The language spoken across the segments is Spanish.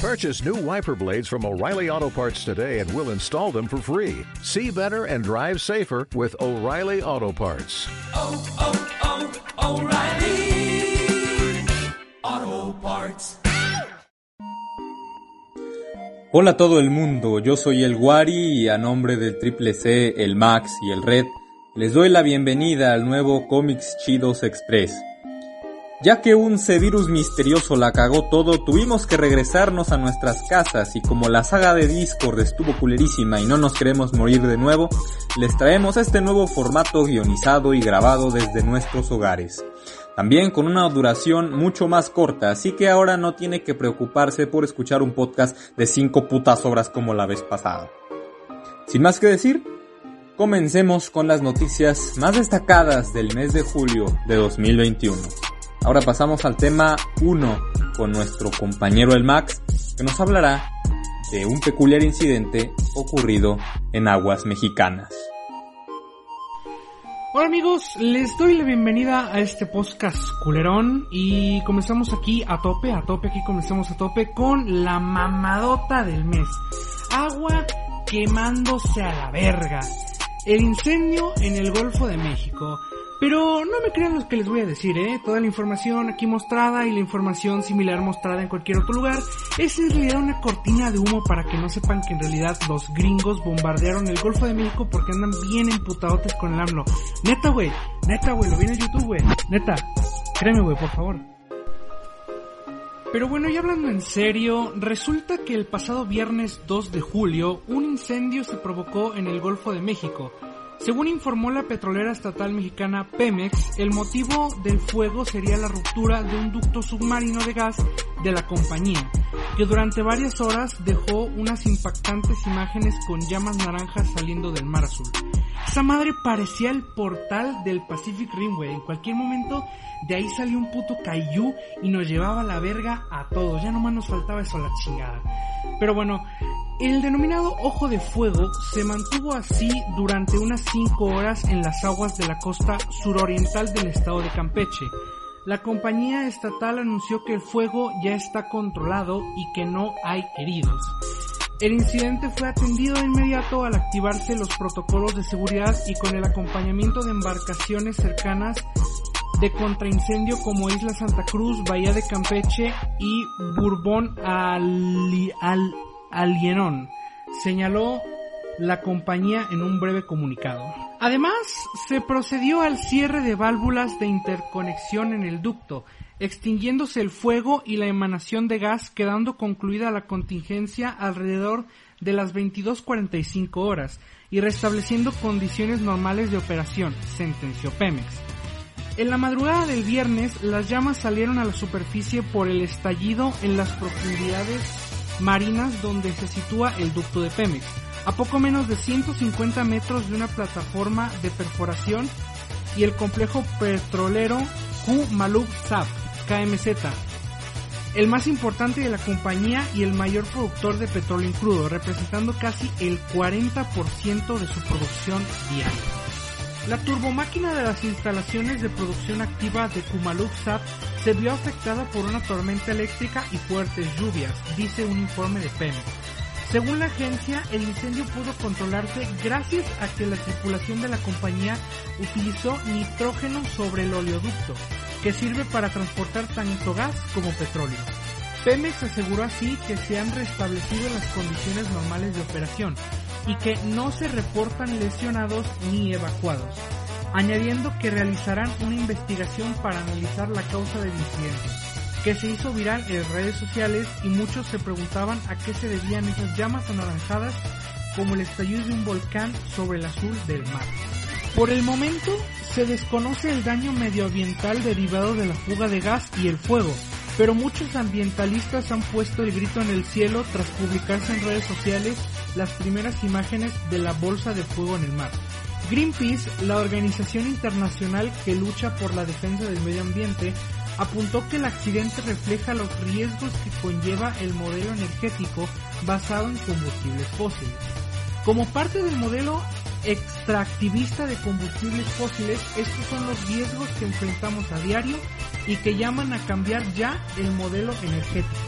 Purchase new wiper blades from O'Reilly Auto Parts today and we'll install them for free. See better and drive safer with O'Reilly Auto Parts. O'Reilly Auto Parts. Hola a todo el mundo, yo soy el Wari y a nombre del Triple C, el Max y el Red, les doy la bienvenida al nuevo Comics Chidos Express. Ya que un C-Virus misterioso la cagó todo, tuvimos que regresarnos a nuestras casas y como la saga de Discord estuvo culerísima y no nos queremos morir de nuevo, les traemos este nuevo formato guionizado y grabado desde nuestros hogares. También con una duración mucho más corta, así que ahora no tiene que preocuparse por escuchar un podcast de 5 putas horas como la vez pasada. Sin más que decir, comencemos con las noticias más destacadas del mes de julio de 2021. Ahora pasamos al tema 1 con nuestro compañero el Max, que nos hablará de un peculiar incidente ocurrido en aguas mexicanas. Hola amigos, les doy la bienvenida a este podcast culerón y comenzamos aquí a tope, comenzamos a tope con la mamadota del mes. Agua quemándose a la verga. El incendio en el Golfo de México. Pero no me crean lo que les voy a decir, toda la información aquí mostrada y la información similar mostrada en cualquier otro lugar es en realidad una cortina de humo para que no sepan que en realidad los gringos bombardearon el Golfo de México porque andan bien emputadotes con el AMLO. Neta, güey, lo vi en YouTube, güey. Neta, créeme, güey, por favor. Pero bueno, ya hablando en serio, resulta que el pasado viernes 2 de julio un incendio se provocó en el Golfo de México. Según informó la petrolera estatal mexicana Pemex, el motivo del fuego sería la ruptura de un ducto submarino de gas de la compañía, que durante varias horas dejó unas impactantes imágenes con llamas naranjas saliendo del mar azul. Esa madre parecía el portal del Pacific Rim, güey. En cualquier momento de ahí salió un puto kaiju y nos llevaba a la verga a todos. Ya nomás nos faltaba eso, la chingada. Pero bueno, el denominado Ojo de Fuego se mantuvo así durante unas 5 horas en las aguas de la costa suroriental del estado de Campeche. La compañía estatal anunció que el fuego ya está controlado y que no hay heridos. El incidente fue atendido de inmediato al activarse los protocolos de seguridad y con el acompañamiento de embarcaciones cercanas de contraincendio como Isla Santa Cruz, Bahía de Campeche y Bourbon Alienón, señaló la compañía en un breve comunicado. Además, se procedió al cierre de válvulas de interconexión en el ducto, extinguiéndose el fuego y la emanación de gas, quedando concluida la contingencia alrededor de las 22:45 horas y restableciendo condiciones normales de operación, sentenció Pemex. En la madrugada del viernes, las llamas salieron a la superficie por el estallido en las profundidades marinas donde se sitúa el ducto de Pemex, a poco menos de 150 metros de una plataforma de perforación y el complejo petrolero Q-Maloob-Zab, KMZ, el más importante de la compañía y el mayor productor de petróleo en crudo, representando casi el 40% de su producción diaria. La turbomáquina de las instalaciones de producción activa de Q-Maloob-Zab se vio afectada por una tormenta eléctrica y fuertes lluvias, dice un informe de Pemex. Según la agencia, el incendio pudo controlarse gracias a que la tripulación de la compañía utilizó nitrógeno sobre el oleoducto, que sirve para transportar tanto gas como petróleo. Pemex aseguró así que se han restablecido las condiciones normales de operación y que no se reportan lesionados ni evacuados, añadiendo que realizarán una investigación para analizar la causa del incidente, que se hizo viral en redes sociales y muchos se preguntaban a qué se debían esas llamas anaranjadas como el estallido de un volcán sobre el azul del mar. Por el momento, se desconoce el daño medioambiental derivado de la fuga de gas y el fuego, pero muchos ambientalistas han puesto el grito en el cielo tras publicarse en redes sociales las primeras imágenes de la bolsa de fuego en el mar. Greenpeace, la organización internacional que lucha por la defensa del medio ambiente, apuntó que el accidente refleja los riesgos que conlleva el modelo energético basado en combustibles fósiles. Como parte del modelo extractivista de combustibles fósiles, estos son los riesgos que enfrentamos a diario y que llaman a cambiar ya el modelo energético.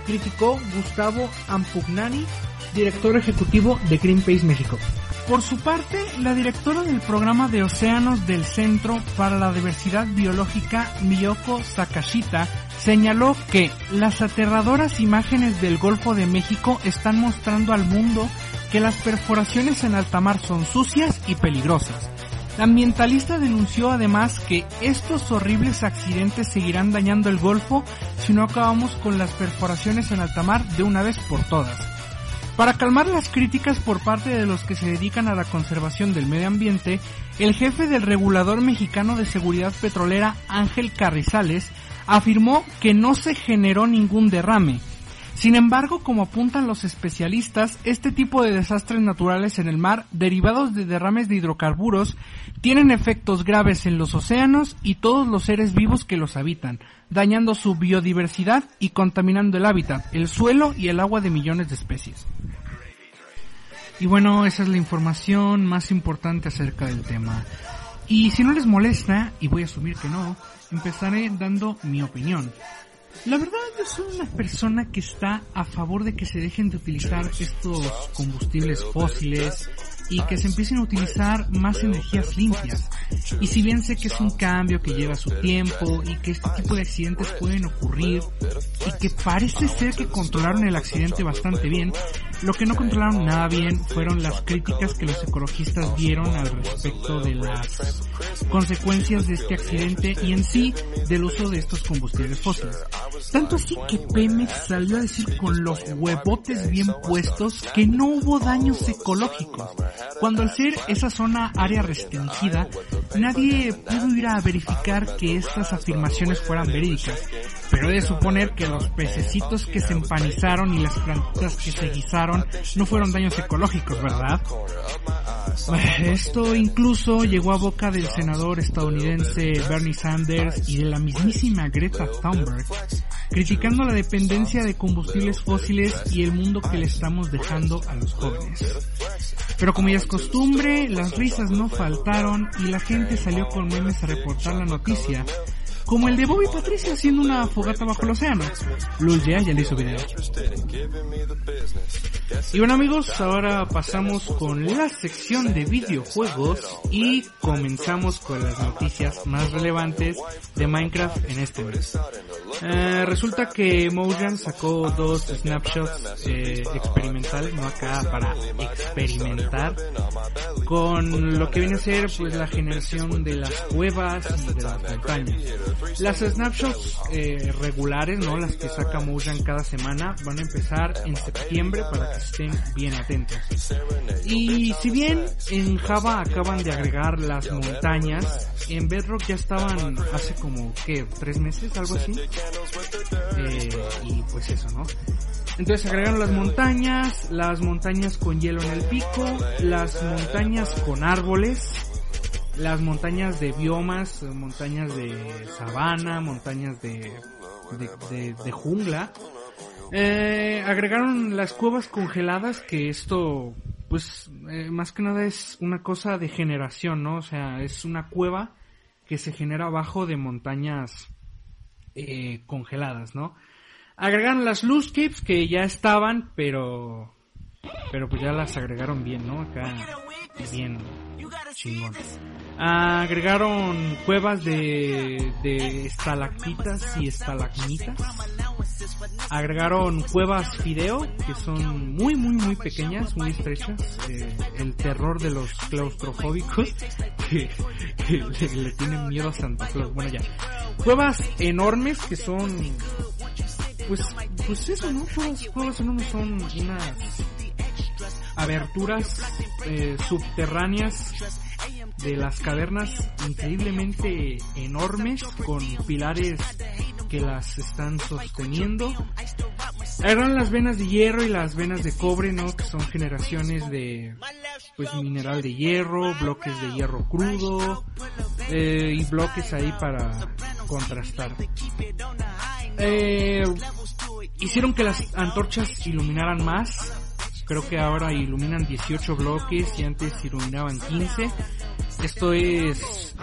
criticó Gustavo Ampugnani, director ejecutivo de Greenpeace México. Por su parte, la directora del programa de océanos del Centro para la Diversidad Biológica, Miyoko Sakashita, señaló que las aterradoras imágenes del Golfo de México están mostrando al mundo que las perforaciones en alta mar son sucias y peligrosas. La ambientalista denunció además que estos horribles accidentes seguirán dañando el Golfo si no acabamos con las perforaciones en alta mar de una vez por todas. Para calmar las críticas por parte de los que se dedican a la conservación del medio ambiente, el jefe del Regulador Mexicano de Seguridad Petrolera, Ángel Carrizales, afirmó que no se generó ningún derrame. Sin embargo, como apuntan los especialistas, este tipo de desastres naturales en el mar, derivados de derrames de hidrocarburos, tienen efectos graves en los océanos y todos los seres vivos que los habitan, dañando su biodiversidad y contaminando el hábitat, el suelo y el agua de millones de especies. Y bueno, esa es la información más importante acerca del tema. Y si no les molesta, y voy a asumir que no, empezaré dando mi opinión. La verdad, yo soy una persona que está a favor de que se dejen de utilizar estos combustibles fósiles y que se empiecen a utilizar más energías limpias. Y si bien sé que es un cambio que lleva su tiempo y que este tipo de accidentes pueden ocurrir y que parece ser que controlaron el accidente bastante bien, lo que no controlaron nada bien fueron las críticas que los ecologistas dieron al respecto de las consecuencias de este accidente y en sí del uso de estos combustibles fósiles. Tanto así que Pemex salió a decir con los huevotes bien puestos que no hubo daños ecológicos, cuando al ser esa zona área restringida, nadie pudo ir a verificar que estas afirmaciones fueran verídicas. Pero he de suponer que los pececitos que se empanizaron y las plantitas que se guisaron no fueron daños ecológicos, ¿verdad? Esto incluso llegó a boca del senador estadounidense Bernie Sanders y de la mismísima Greta Thunberg, criticando la dependencia de combustibles fósiles y el mundo que le estamos dejando a los jóvenes. Pero como ya es costumbre, las risas no faltaron y la gente salió con memes a reportar la noticia, como el de Bobby Patricia haciendo una fogata bajo el océano. Lul ya le hizo video. Y bueno amigos, ahora pasamos con la sección de videojuegos y comenzamos con las noticias más relevantes de Minecraft en este mes. Resulta que Mojang sacó 2 snapshots experimental, no acá para experimentar, con lo que viene a ser pues la generación de las cuevas y de las montañas. Las snapshots regulares, no las que saca Mojang cada semana, van a empezar en septiembre para que estén bien atentos. Y si bien en Java acaban de agregar las montañas, en Bedrock ya estaban hace como, ¿qué? 3 meses, algo así. Y pues eso, ¿no? Entonces agregaron las montañas con hielo en el pico, las montañas con árboles, las montañas de biomas, montañas de sabana, montañas de jungla. Agregaron las cuevas congeladas, que esto pues más que nada es una cosa de generación, ¿no? O sea, es una cueva que se genera abajo de montañas congeladas, ¿no? Agregaron las loose caves que ya estaban, pero pues ya las agregaron bien, ¿no? Acá bien chingón. Agregaron cuevas de estalactitas y estalagmitas. Agregaron cuevas fideo, que son muy pequeñas, muy estrechas. El terror de los claustrofóbicos que le tienen miedo a Santa Claus. Bueno, ya. Cuevas enormes que son pues eso, ¿no? Cuevas enormes son unas aberturas subterráneas de las cavernas increíblemente enormes con pilares que las están sosteniendo. Eran las venas de hierro y las venas de cobre, ¿no? Que son generaciones de pues mineral de hierro, bloques de hierro crudo y bloques ahí para contrastar. Hicieron que las antorchas iluminaran más. Creo que ahora iluminan 18 bloques y antes iluminaban 15. Esto es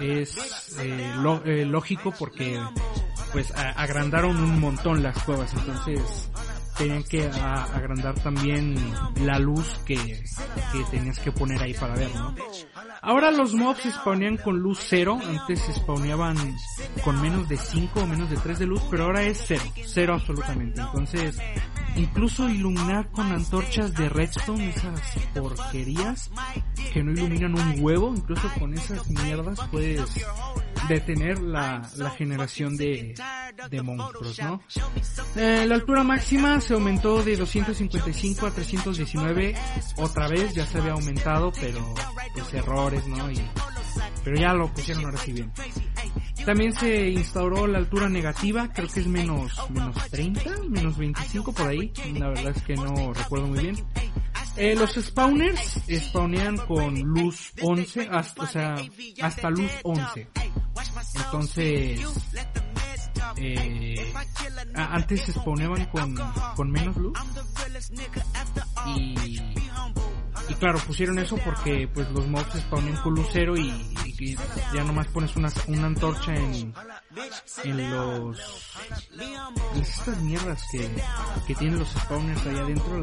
lógico porque pues agrandaron un montón las cuevas, entonces tenían que agrandar también la luz que tenías que poner ahí para ver, ¿no? Ahora los mobs spawnean con luz 0, antes spawneaban con menos de 5 o menos de 3 de luz, pero ahora es 0 absolutamente. Entonces, incluso iluminar con antorchas de redstone, esas porquerías que no iluminan un huevo, incluso con esas mierdas puedes detener la generación de monstruos, ¿no? La altura máxima se aumentó de 255 a 319, otra vez ya se había aumentado, pero pues errores, ¿no? Pero ya lo pusieron ahora sí bien. También se instauró la altura negativa, creo que es menos 30, menos 25 por ahí, la verdad es que no recuerdo muy bien. Los spawners spawnean con luz 11, hasta luz 11. Entonces, antes se spawneaban con menos luz. Y claro, pusieron eso porque pues los mobs spawnean con luz 0 y ya nomás pones una antorcha en estas mierdas que tienen los spawners allá adentro,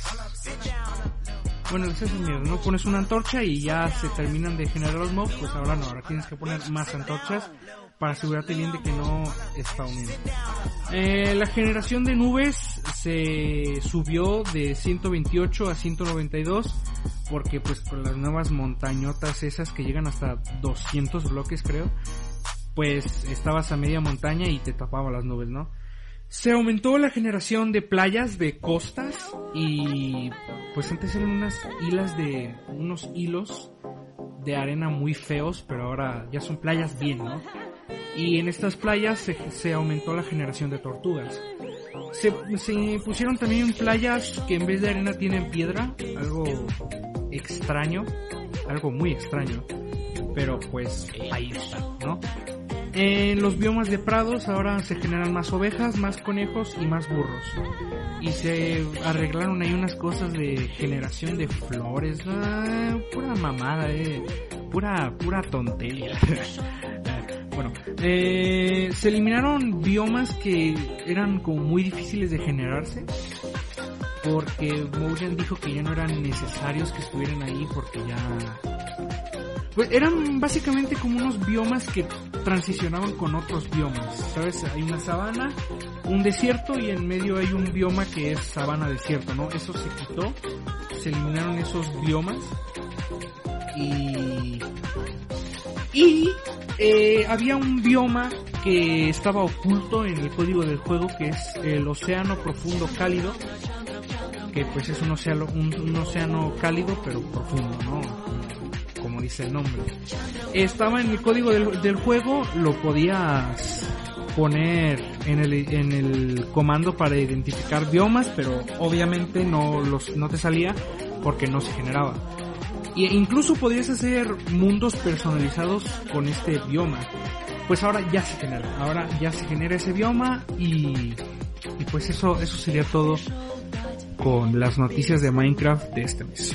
esas mierdas, ¿no? Pones una antorcha y ya se terminan de generar los mobs, pues ahora no, ahora tienes que poner más antorchas para asegurarte bien de que no spawnen. La generación de nubes se subió de 128 a 192 porque pues con las nuevas montañotas esas que llegan hasta 200 bloques creo, pues estabas a media montaña y te tapaba las nubes, ¿no? Se aumentó la generación de playas de costas y pues antes eran unos hilos de arena muy feos, pero ahora ya son playas bien, ¿no? Y en estas playas se aumentó la generación de tortugas. Se pusieron también playas que en vez de arena tienen piedra, algo extraño, algo muy extraño, pero pues ahí está, ¿no? En los biomas de prados ahora se generan más ovejas, más conejos y más burros. Y se arreglaron ahí unas cosas de generación de flores, pura mamada, pura tontería. Bueno, se eliminaron biomas que eran como muy difíciles de generarse, porque Mojang dijo que ya no eran necesarios que estuvieran ahí porque ya... Pues eran básicamente como unos biomas que transicionaban con otros biomas, ¿sabes? Hay una sabana, un desierto y en medio hay un bioma que es sabana desierto, ¿no? Eso se quitó, se eliminaron esos biomas y había un bioma que estaba oculto en el código del juego que es el océano profundo cálido, que pues es un océano cálido pero profundo, ¿no? Como dice el nombre. Estaba en el código del juego, lo podías poner en el comando para identificar biomas, pero obviamente no te salía porque no se generaba. E incluso podías hacer mundos personalizados con este bioma. Pues ahora ya se genera ese bioma y pues eso sería todo con las noticias de Minecraft de este mes.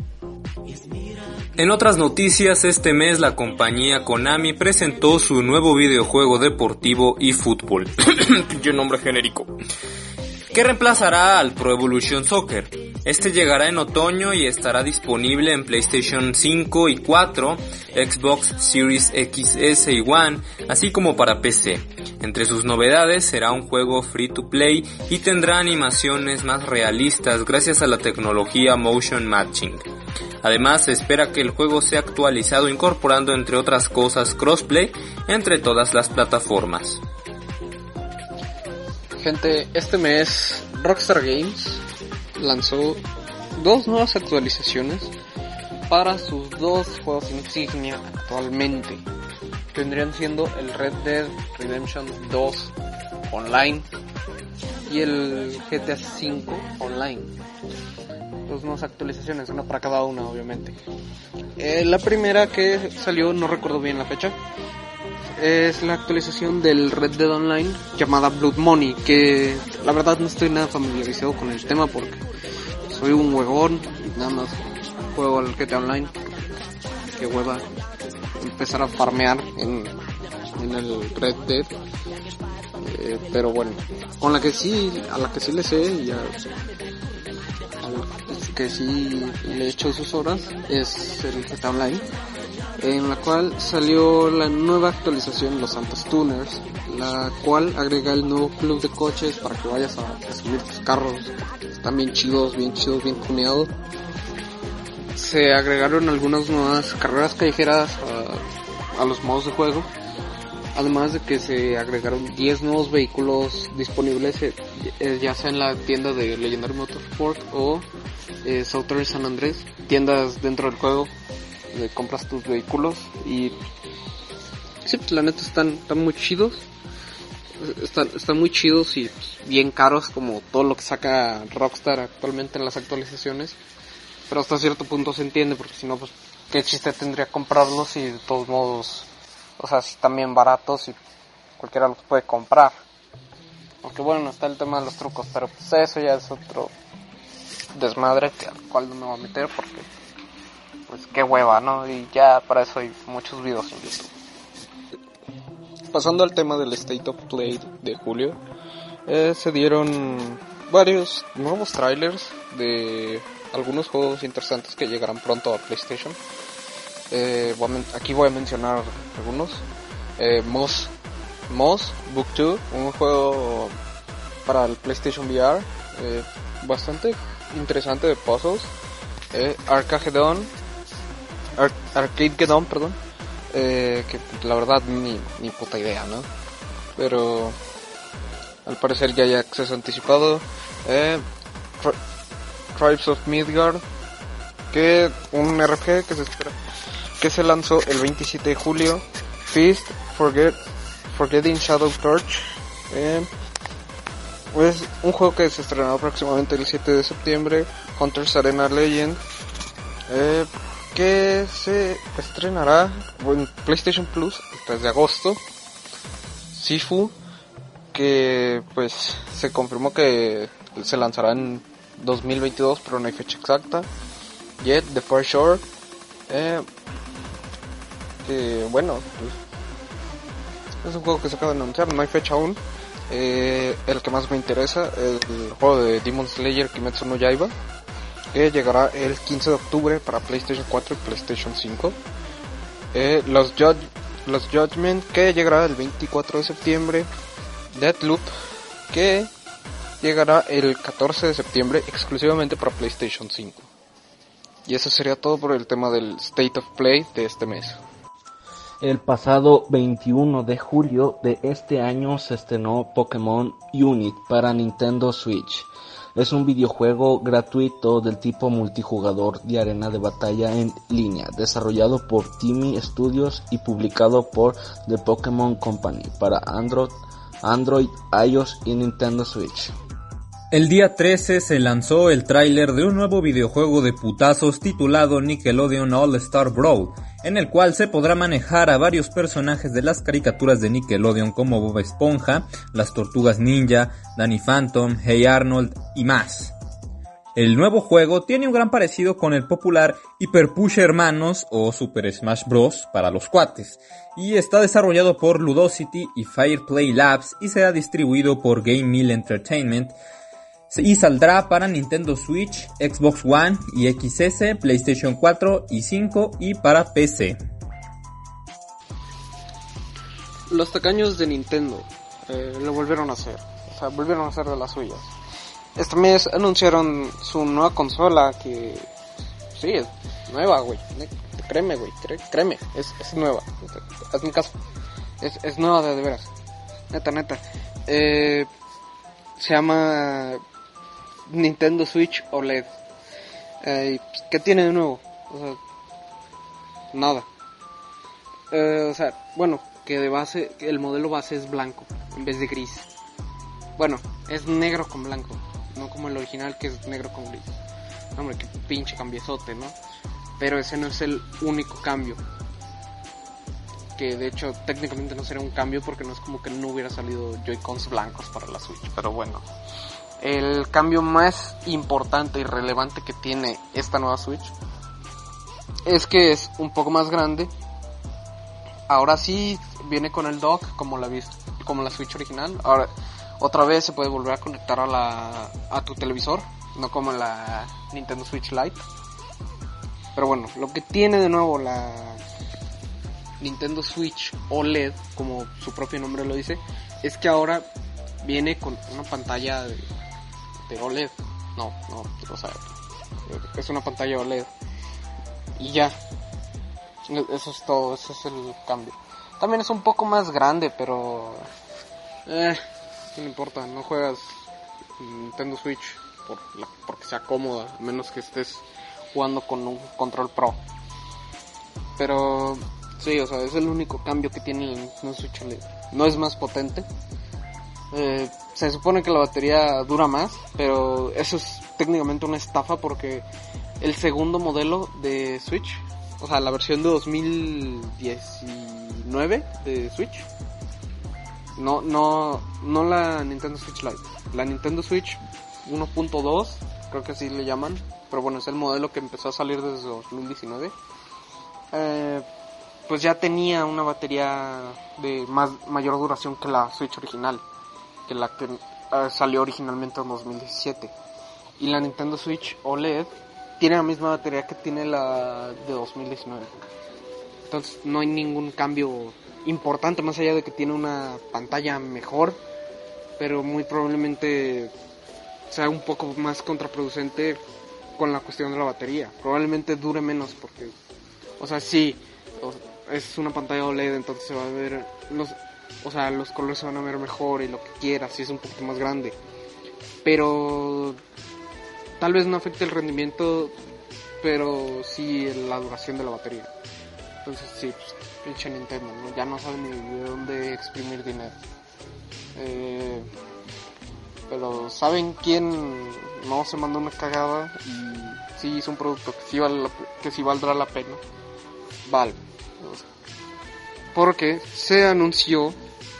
En otras noticias, este mes la compañía Konami presentó su nuevo videojuego deportivo eFootball, pinche nombre genérico, que reemplazará al Pro Evolution Soccer. Este llegará en otoño y estará disponible en PlayStation 5 y 4, Xbox Series XS y One, así como para PC. Entre sus novedades será un juego free to play y tendrá animaciones más realistas gracias a la tecnología Motion Matching. Además, se espera que el juego sea actualizado incorporando entre otras cosas crossplay entre todas las plataformas. Gente, este mes Rockstar Games lanzó 2 nuevas actualizaciones para sus 2 juegos insignia actualmente. Vendrían siendo el Red Dead Redemption 2 Online y el GTA V Online. 2 nuevas actualizaciones, una para cada una obviamente. La primera que salió, no recuerdo bien la fecha, es la actualización del Red Dead Online llamada Blood Money, que la verdad no estoy nada familiarizado con el tema porque soy un huevón y nada más juego al GTA Online. Que hueva empezar a farmear en el Red Dead. pero bueno, a la que sí le sé y que sí le he hecho sus horas es el GTA Online, en la cual salió la nueva actualización, los Santos Tuners, la cual agrega el nuevo club de coches para que vayas a subir tus carros. Están bien chidos, bien tuneados. Se agregaron algunas nuevas carreras callejeras a los modos de juego, además de que se agregaron 10 nuevos vehículos disponibles, ya sea en la tienda de Legendary Motorsport o Southern San Andrés, tiendas dentro del juego, compras tus vehículos y sí, pues la neta están muy chidos. Están muy chidos y bien caros como todo lo que saca Rockstar actualmente en las actualizaciones, pero hasta cierto punto se entiende, porque si no, pues qué chiste tendría comprarlos y de todos modos, o sea, si están bien baratos y cualquiera los puede comprar. Aunque bueno, está el tema de los trucos, pero pues eso ya es otro desmadre al cual no me voy a meter porque pues qué hueva, ¿no? Y ya para eso hay muchos videos en YouTube. Pasando al tema del State of Play de julio, se dieron varios nuevos trailers de algunos juegos interesantes que llegarán pronto a PlayStation. Aquí voy a mencionar algunos. Moss Book 2, un juego para el PlayStation VR, bastante interesante de puzzles. Arcageddon, perdón. Que la verdad ni puta idea, ¿no? Pero al parecer ya hay acceso anticipado. Tribes of Midgard, que un RPG que se lanzó el 27 de julio. Feast, Forgetting Shadow Torch, pues un juego que se estrenará próximamente el 7 de septiembre. Hunters Arena Legend, que se estrenará en PlayStation Plus el 3 de agosto. Sifu, que pues se confirmó que se lanzará en 2022, pero no hay fecha exacta. Jet, The Far Shore, que bueno, pues, es un juego que se acaba de anunciar, no hay fecha aún. El que más me interesa, el juego de Demon Slayer Kimetsu no Yaiba, que llegará el 15 de octubre para PlayStation 4 y PlayStation 5. Los Judgment, que llegará el 24 de septiembre. Deathloop, que llegará el 14 de septiembre exclusivamente para PlayStation 5. Y eso sería todo por el tema del State of Play de este mes. El pasado 21 de julio de este año se estrenó Pokémon Unite para Nintendo Switch. Es un videojuego gratuito del tipo multijugador de arena de batalla en línea, desarrollado por Timmy Studios y publicado por The Pokémon Company para Android, iOS y Nintendo Switch. El día 13 se lanzó el tráiler de un nuevo videojuego de putazos titulado Nickelodeon All Star Brawl, en el cual se podrá manejar a varios personajes de las caricaturas de Nickelodeon como Bob Esponja, las Tortugas Ninja, Danny Phantom, Hey Arnold y más. El nuevo juego tiene un gran parecido con el popular Hyper Push Hermanos o Super Smash Bros. Para los cuates, y está desarrollado por Ludosity y Fireplay Labs y será distribuido por Game Mill Entertainment, y saldrá para Nintendo Switch, Xbox One y XS, PlayStation 4 y 5 y para PC. Los tacaños de Nintendo lo volvieron a hacer, o sea, volvieron a hacer de las suyas. Este mes anunciaron su nueva consola que sí, es nueva, güey. Créeme, güey, créeme, es nueva. Hazme caso. Es nueva de veras. Neta. Se llama Nintendo Switch OLED. ¿Qué tiene de nuevo? O sea, nada. O sea, bueno, que de base, el modelo base es blanco en vez de gris. Bueno, es negro con blanco, no como el original que es negro con gris. Hombre, qué pinche cambiezote, ¿no? Pero ese no es el único cambio. Que de hecho técnicamente no sería un cambio porque no es como que no hubiera salido Joy-Cons blancos para la Switch. Pero bueno, el cambio más importante y relevante que tiene esta nueva Switch es que es un poco más grande. Ahora sí viene con el dock como como la Switch original. Ahora, otra vez se puede volver a conectar a tu televisor, no como la Nintendo Switch Lite. Pero bueno, lo que tiene de nuevo la Nintendo Switch OLED, como su propio nombre lo dice, es que ahora viene con una pantalla de OLED. No, o sea, es una pantalla OLED. Y ya, eso es todo, ese es el cambio. También es un poco más grande, pero no importa, no juegas Nintendo Switch porque sea cómoda, a menos que estés jugando con un control Pro. Pero sí, o sea, es el único cambio que tiene el Nintendo Switch OLED. No es más potente. Se supone que la batería dura más, pero eso es técnicamente una estafa porque el segundo modelo de Switch, o sea, la versión de 2019 de Switch, no la Nintendo Switch Lite, la Nintendo Switch 1.2, creo que así le llaman, pero bueno, es el modelo que empezó a salir desde 2019. Pues ya tenía una batería de mayor duración que la Switch original, que la que salió originalmente en 2017. Y la Nintendo Switch OLED tiene la misma batería que tiene la de 2019. Entonces no hay ningún cambio importante, más allá de que tiene una pantalla mejor, pero muy probablemente sea un poco más contraproducente con la cuestión de la batería. Probablemente dure menos porque, o sea, sí, es una pantalla OLED, entonces se va a ver los colores se van a ver mejor y lo que quieras, si es un poquito más grande. Pero tal vez no afecte el rendimiento, pero sí la duración de la batería. Entonces sí, pues, pinche Nintendo, ¿no? Ya no saben ni de dónde exprimir dinero. Pero ¿saben quién no se mandó una cagada y sí hizo un producto que sí valdrá la pena? Valve. Porque se anunció,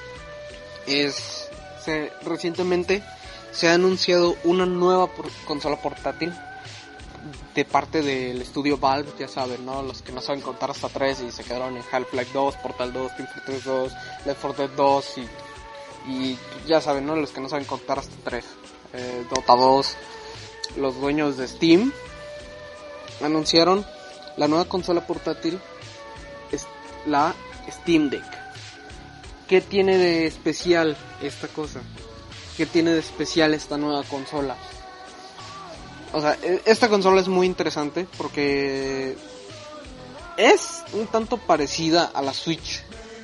recientemente se ha anunciado una nueva consola portátil de parte del estudio Valve, ya saben, ¿no? Los que no saben contar hasta 3 y se quedaron en Half-Life 2, Portal 2, Team Fortress 2, Left 4 Dead 2 y ya saben, ¿no? Los que no saben contar hasta 3, Dota 2, los dueños de Steam anunciaron la nueva consola portátil, la Steam Deck. ¿Qué tiene de especial esta cosa? ¿Qué tiene de especial esta nueva consola? O sea, esta consola es muy interesante porque es un tanto parecida a la Switch.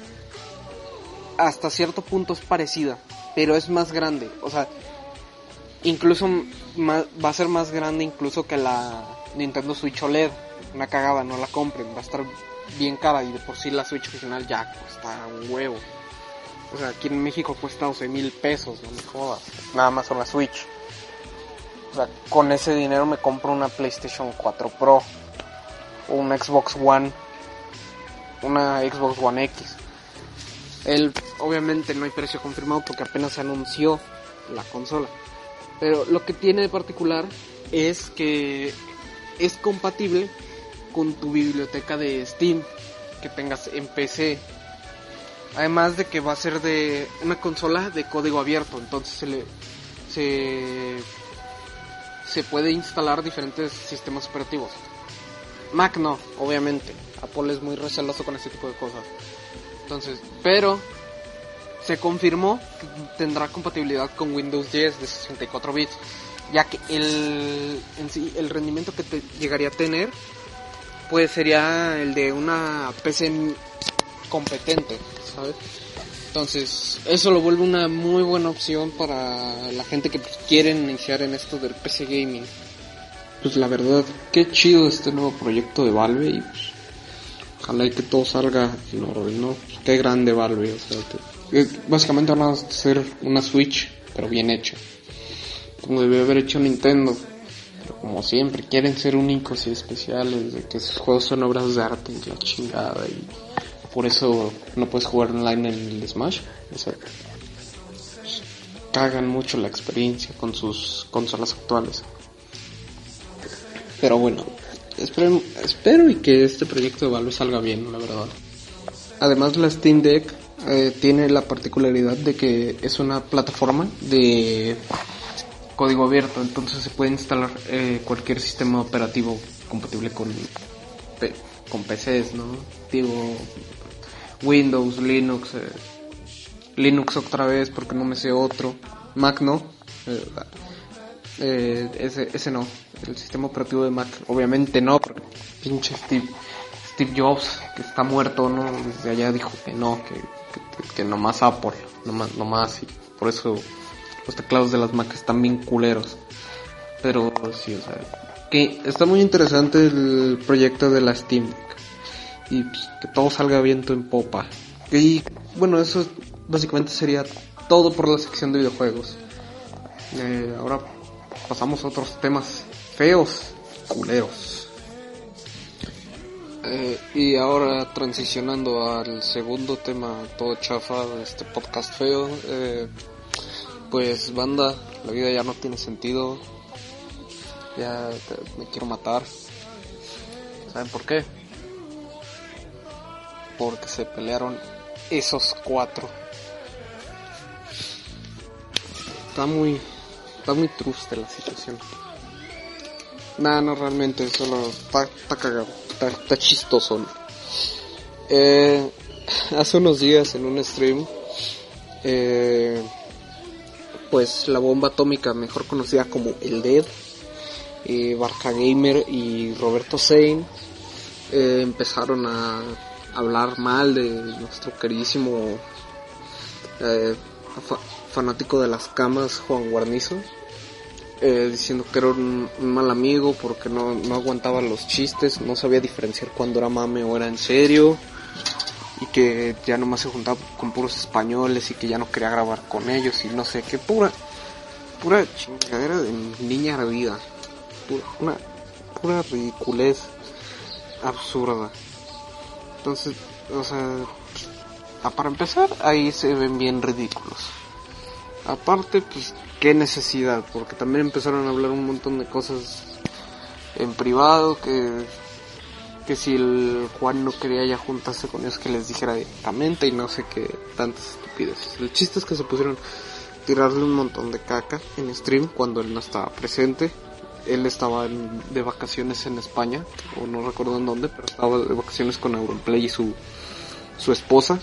Hasta cierto punto es parecida, pero es más grande. O sea, incluso va a ser más grande incluso que la Nintendo Switch OLED. Una cagada, no la compren, va a estar bien cara y de por sí la Switch original ya cuesta un huevo. O sea, aquí en México cuesta 12,000 pesos, no me jodas. Nada más con la Switch. O sea, con ese dinero me compro una PlayStation 4 Pro o una Xbox One X. Obviamente no hay precio confirmado porque apenas se anunció la consola. Pero lo que tiene de particular es que es compatible con tu biblioteca de Steam que tengas en PC. Además de que va a ser de una consola de código abierto, entonces se puede instalar diferentes sistemas operativos. Mac no, obviamente. Apple es muy receloso con este tipo de cosas. Entonces, pero se confirmó que tendrá compatibilidad con Windows 10 de 64 bits, ya que el rendimiento que te llegaría a tener pues sería el de una PC competente, ¿sabes? Entonces, eso lo vuelve una muy buena opción para la gente que pues, quiere iniciar en esto del PC gaming. Pues la verdad, qué chido este nuevo proyecto de Valve y pues, ojalá y que todo salga en orden, ¿no? Pues, qué grande Valve, o sea, básicamente van a hacer una Switch, pero bien hecha, como debió haber hecho Nintendo. Pero como siempre, quieren ser únicos y especiales, de que sus juegos son obras de arte y la chingada, y por eso no puedes jugar online en el Smash. O sea, pues, cagan mucho la experiencia con sus consolas actuales. Pero bueno, espero y que este proyecto de Valve salga bien, la verdad. Además, la Steam Deck tiene la particularidad de que es una plataforma de código abierto, entonces se puede instalar cualquier sistema operativo compatible con PCs, ¿no? Digo, Windows, Linux, Linux otra vez porque no me sé otro, Mac no, ese no, el sistema operativo de Mac obviamente no, porque pinche Steve Jobs, que está muerto, ¿no? Desde allá dijo que no, que nomás Apple, nomás, y por eso los teclados de las Mac están bien culeros. Pero sí, o sea, que está muy interesante el proyecto de la Steam Deck. Y pues, que todo salga viento en popa. Y bueno, eso básicamente sería todo por la sección de videojuegos. Ahora pasamos a otros temas feos, culeros. Y ahora transicionando al segundo tema todo chafa de este podcast feo, pues banda, la vida ya no tiene sentido, ya me quiero matar. ¿Saben por qué? Porque se pelearon esos 4. Está muy triste la situación. No realmente, solo está cagado, está chistoso, ¿no? Hace unos días en un stream, pues la bomba atómica, mejor conocida como el Dead, Barca Gamer y Roberto Zane, empezaron a hablar mal de nuestro queridísimo fanático de las camas, Juan Guarnizo, diciendo que era un mal amigo porque no aguantaba los chistes, no sabía diferenciar cuando era mame o era en serio, y que ya nomás se juntaba con puros españoles y que ya no quería grabar con ellos y no sé qué, pura chingadera de niña ardida, pura ridiculez absurda. Entonces, o sea, para empezar, ahí se ven bien ridículos. Aparte, pues, qué necesidad, porque también empezaron a hablar un montón de cosas en privado, que si el Juan no quería ya juntarse con ellos, que les dijera directamente y no sé qué, tantas estupideces. El chiste es que se pusieron a tirarle un montón de caca en stream cuando él no estaba presente. Él estaba de vacaciones en España, o no recuerdo en dónde, pero estaba de vacaciones con Auronplay y su esposa.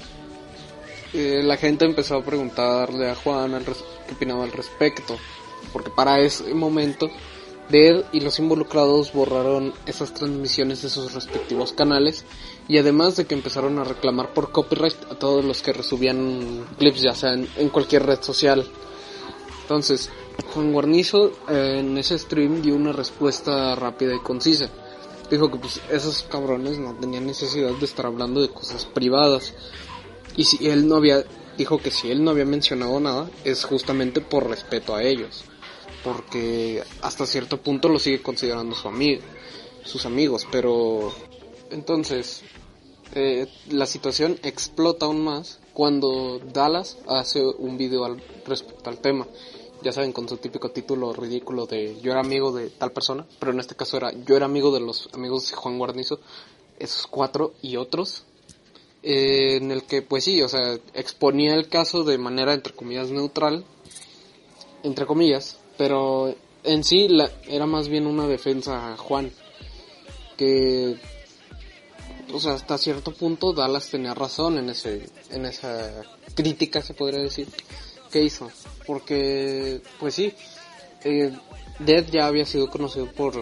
La gente empezó a preguntarle a Juan qué opinaba al respecto, porque para ese momento Dead y los involucrados borraron esas transmisiones de sus respectivos canales, y además de que empezaron a reclamar por copyright a todos los que resubían clips, ya sea en cualquier red social. Entonces, Juan Guarnizo en ese stream dio una respuesta rápida y concisa. Dijo que pues esos cabrones no tenían necesidad de estar hablando de cosas privadas. Y dijo que si él no había mencionado nada, es justamente por respeto a ellos. Porque hasta cierto punto lo sigue considerando sus amigos. Pero entonces, la situación explota aún más cuando Dallas hace un video respecto al tema. Ya saben, con su típico título ridículo de yo era amigo de tal persona, pero en este caso era yo era amigo de los amigos de Juan Guarnizo, esos 4 y otros, en el que pues sí, o sea, exponía el caso de manera entre comillas neutral, entre comillas, pero en sí era más bien una defensa a Juan, que o sea, hasta cierto punto Dallas tenía razón en esa crítica, se podría decir, que hizo, porque pues sí, Dead ya había sido conocido por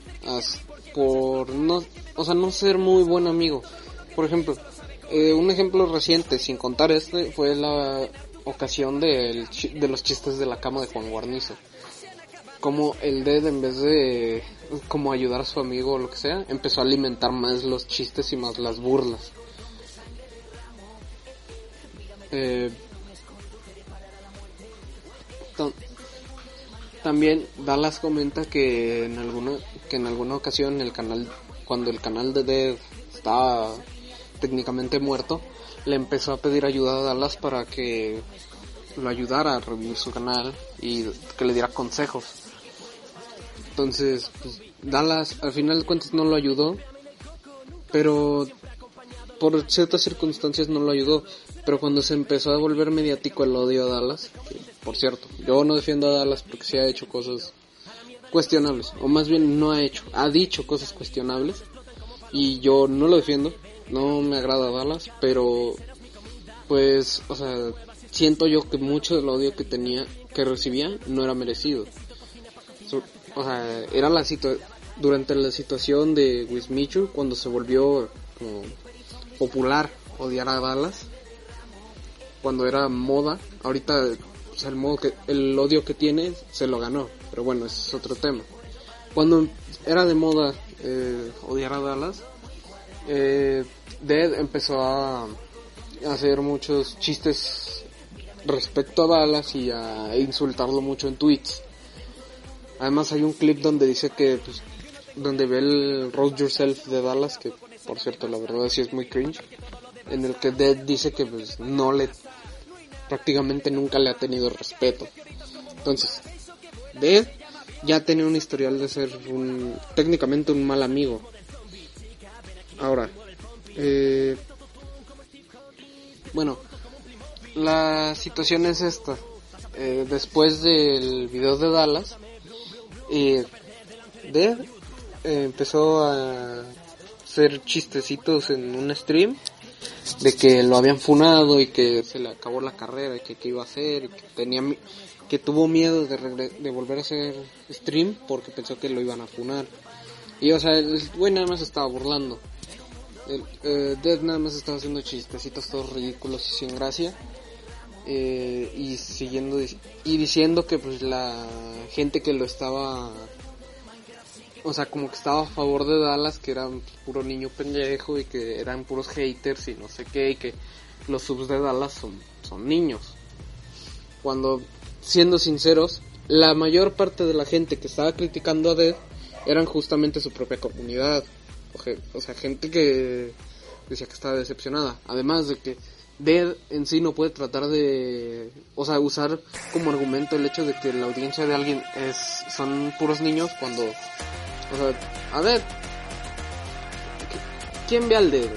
no ser muy buen amigo. Por ejemplo, un ejemplo reciente, sin contar fue la ocasión de los chistes de la cama de Juan Guarnizo. Como el Dead, en vez de como ayudar a su amigo o lo que sea, empezó a alimentar más los chistes y más las burlas. También Dallas comenta que en alguna ocasión cuando el canal de Dead estaba técnicamente muerto, le empezó a pedir ayuda a Dallas para que lo ayudara a revivir su canal y que le diera consejos. Entonces, pues, Dallas al final de cuentas no lo ayudó, pero por ciertas circunstancias no lo ayudó. Pero cuando se empezó a volver mediático el odio a Dallas, que, por cierto, yo no defiendo a Dallas porque sí ha hecho cosas cuestionables, o más bien no ha hecho, ha dicho cosas cuestionables, y yo no lo defiendo, no me agrada Dallas, pero pues, o sea, siento yo que mucho del odio que recibía no era merecido. O sea, era durante la situación de Wismichu, cuando se volvió como popular odiar a Dallas, cuando era moda. Ahorita, o sea, el odio que tiene se lo ganó, pero bueno, ese es otro tema. Cuando era de moda odiar a Dallas, Dead empezó a hacer muchos chistes respecto a Dallas y a insultarlo mucho en tweets. Además hay un clip donde dice que, pues, donde ve el Roast Yourself de Dallas, que por cierto la verdad sí es muy cringe, en el que Dead dice que pues prácticamente nunca le ha tenido respeto. Entonces, Dead ya tenía un historial de ser técnicamente un mal amigo. Ahora, bueno, la situación es esta. Después del video de Dallas, Dead empezó a hacer chistecitos en un stream de que lo habían funado y que se le acabó la carrera y que qué iba a hacer, y que tuvo miedo de volver a hacer stream porque pensó que lo iban a funar. Y o sea, el güey nada más estaba burlando. Dead nada más estaba haciendo chistecitos todos ridículos y sin gracia, y diciendo que pues la gente que lo estaba, o sea, como que estaba a favor de Dallas, que era un puro niño pendejo y que eran puros haters y no sé qué, y que los subs de Dallas son niños. Cuando, siendo sinceros, la mayor parte de la gente que estaba criticando a Dead eran justamente su propia comunidad. O sea, gente que decía que estaba decepcionada. Además de que Dead en sí no puede tratar de, o sea, usar como argumento el hecho de que la audiencia de alguien son puros niños, cuando, o sea, a ver, ¿quién ve al Dead?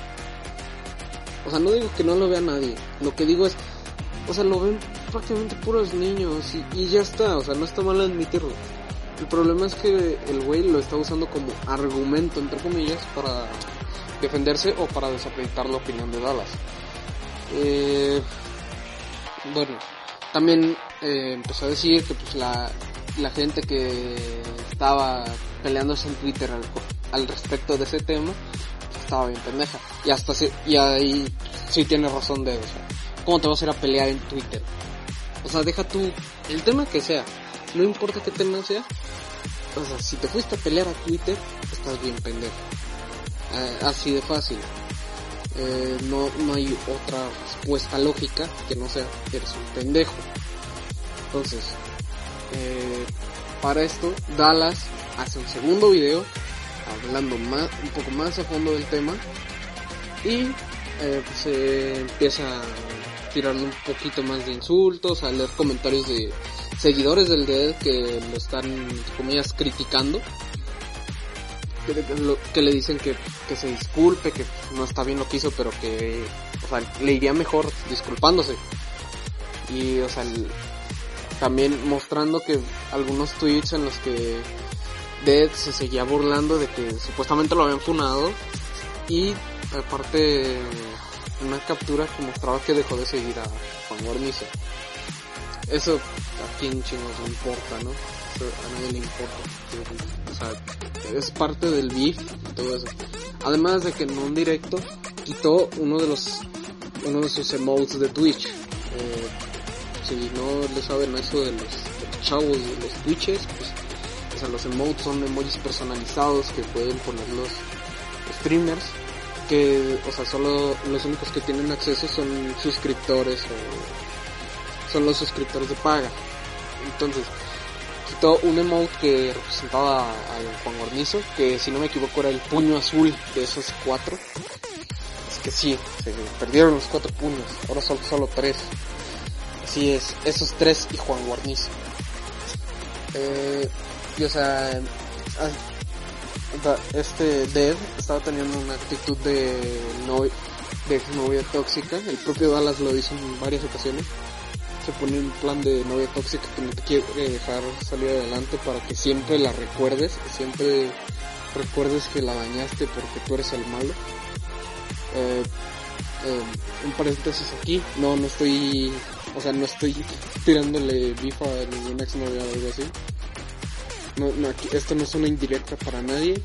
O sea, no digo que no lo vea nadie. Lo que digo es, o sea, lo ven prácticamente puros niños y ya está. O sea, no está mal admitirlo. El problema es que el güey lo está usando como argumento, entre comillas, para defenderse o para desacreditar la opinión de Dallas. Bueno, también empezó a decir que pues la gente que estaba peleándose en Twitter al respecto de ese tema, pues, estaba bien pendeja. Y ahí sí tiene razón de eso. ¿Cómo te vas a ir a pelear en Twitter? O sea, deja tú el tema que sea. No importa qué tema sea. O sea, si te fuiste a pelear a Twitter, estás bien pendejo. Así de fácil. No hay otra respuesta lógica que no sea eres un pendejo. Entonces, para esto, Dallas hace un segundo video hablando un poco más a fondo del tema y se empieza a tirarle un poquito más de insultos, a leer comentarios de seguidores del Dead que lo están, comillas, criticando, que le dicen que se disculpe, que no está bien lo que hizo, pero que, o sea, le iría mejor disculpándose. Y, o sea, también mostrando que algunos tweets en los que Dead se seguía burlando de que supuestamente lo habían funado, y aparte una captura que mostraba que dejó de seguir a Juan Guarnizo. Eso a quién chingos le importa, ¿no? A nadie le importa. O sea, es parte del beef y todo eso. Además de que en un directo quitó uno de sus emotes de Twitch. Si no le saben eso de los chavos de los Twitches, pues, o sea, los emotes son emojis personalizados que pueden poner los streamers, que, o sea, solo los únicos que tienen acceso son suscriptores o son los suscriptores de paga. Entonces, quitó un emote que representaba a Juan Guarnizo, que si no me equivoco era el puño azul de esos 4. Es que sí, se perdieron los 4 puños, ahora son solo 3. Así es, esos 3 y Juan Guarnizo. Y o sea, este Dead estaba teniendo una actitud de de exnovia tóxica. El propio Dallas lo hizo en varias ocasiones. Se pone un plan de novia tóxica que no te quiere dejar salir adelante para que siempre la recuerdes, siempre recuerdes que la dañaste porque tú eres el malo. Un paréntesis aquí, no estoy tirándole bifa a ninguna exnovia o algo así. Aquí, esto no es una indirecta para nadie.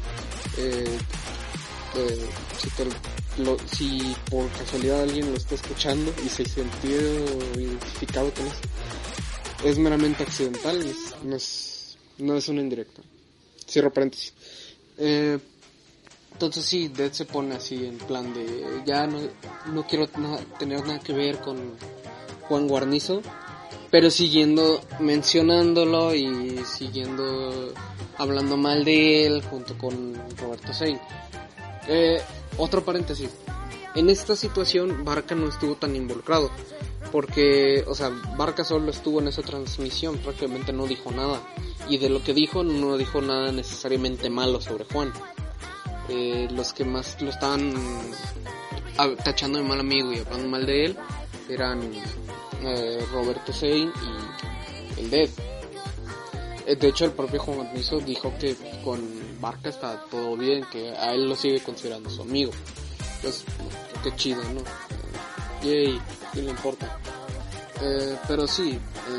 Si por casualidad alguien lo está escuchando y se ha sentido identificado con eso, es meramente accidental, no es una indirecta. Cierro paréntesis. Entonces sí, Dead se pone así en plan de ya no quiero tener nada que ver con Juan Guarnizo, pero siguiendo mencionándolo y siguiendo hablando mal de él junto con Roberto Sein. Otro paréntesis, en esta situación Barca no estuvo tan involucrado, porque, Barca solo estuvo en esa transmisión, prácticamente no dijo nada, y de lo que dijo, no dijo nada necesariamente malo sobre Juan. Los que más lo estaban tachando de mal amigo y hablando mal de él eran Roberto Sein y el Dead. De hecho, el propio Juan Guarnizo dijo que con Barca está todo bien, que a él lo sigue considerando su amigo. Pues, qué chido, ¿no? Yay, ¿qué le importa? Pero sí,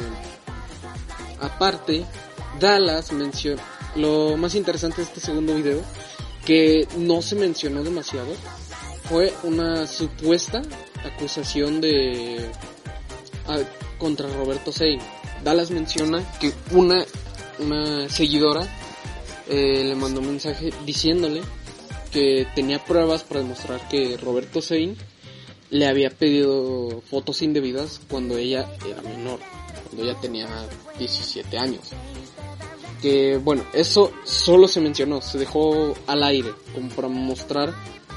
aparte, Dallas mencionó, lo más interesante de este segundo video, que no se mencionó demasiado, fue una supuesta acusación contra Roberto Sein. Dallas menciona que una seguidora le mandó un mensaje diciéndole que tenía pruebas para demostrar que Roberto Sein le había pedido fotos indebidas cuando ella era menor, cuando ella tenía 17 años. Que bueno, eso solo se mencionó, se dejó al aire como para mostrar.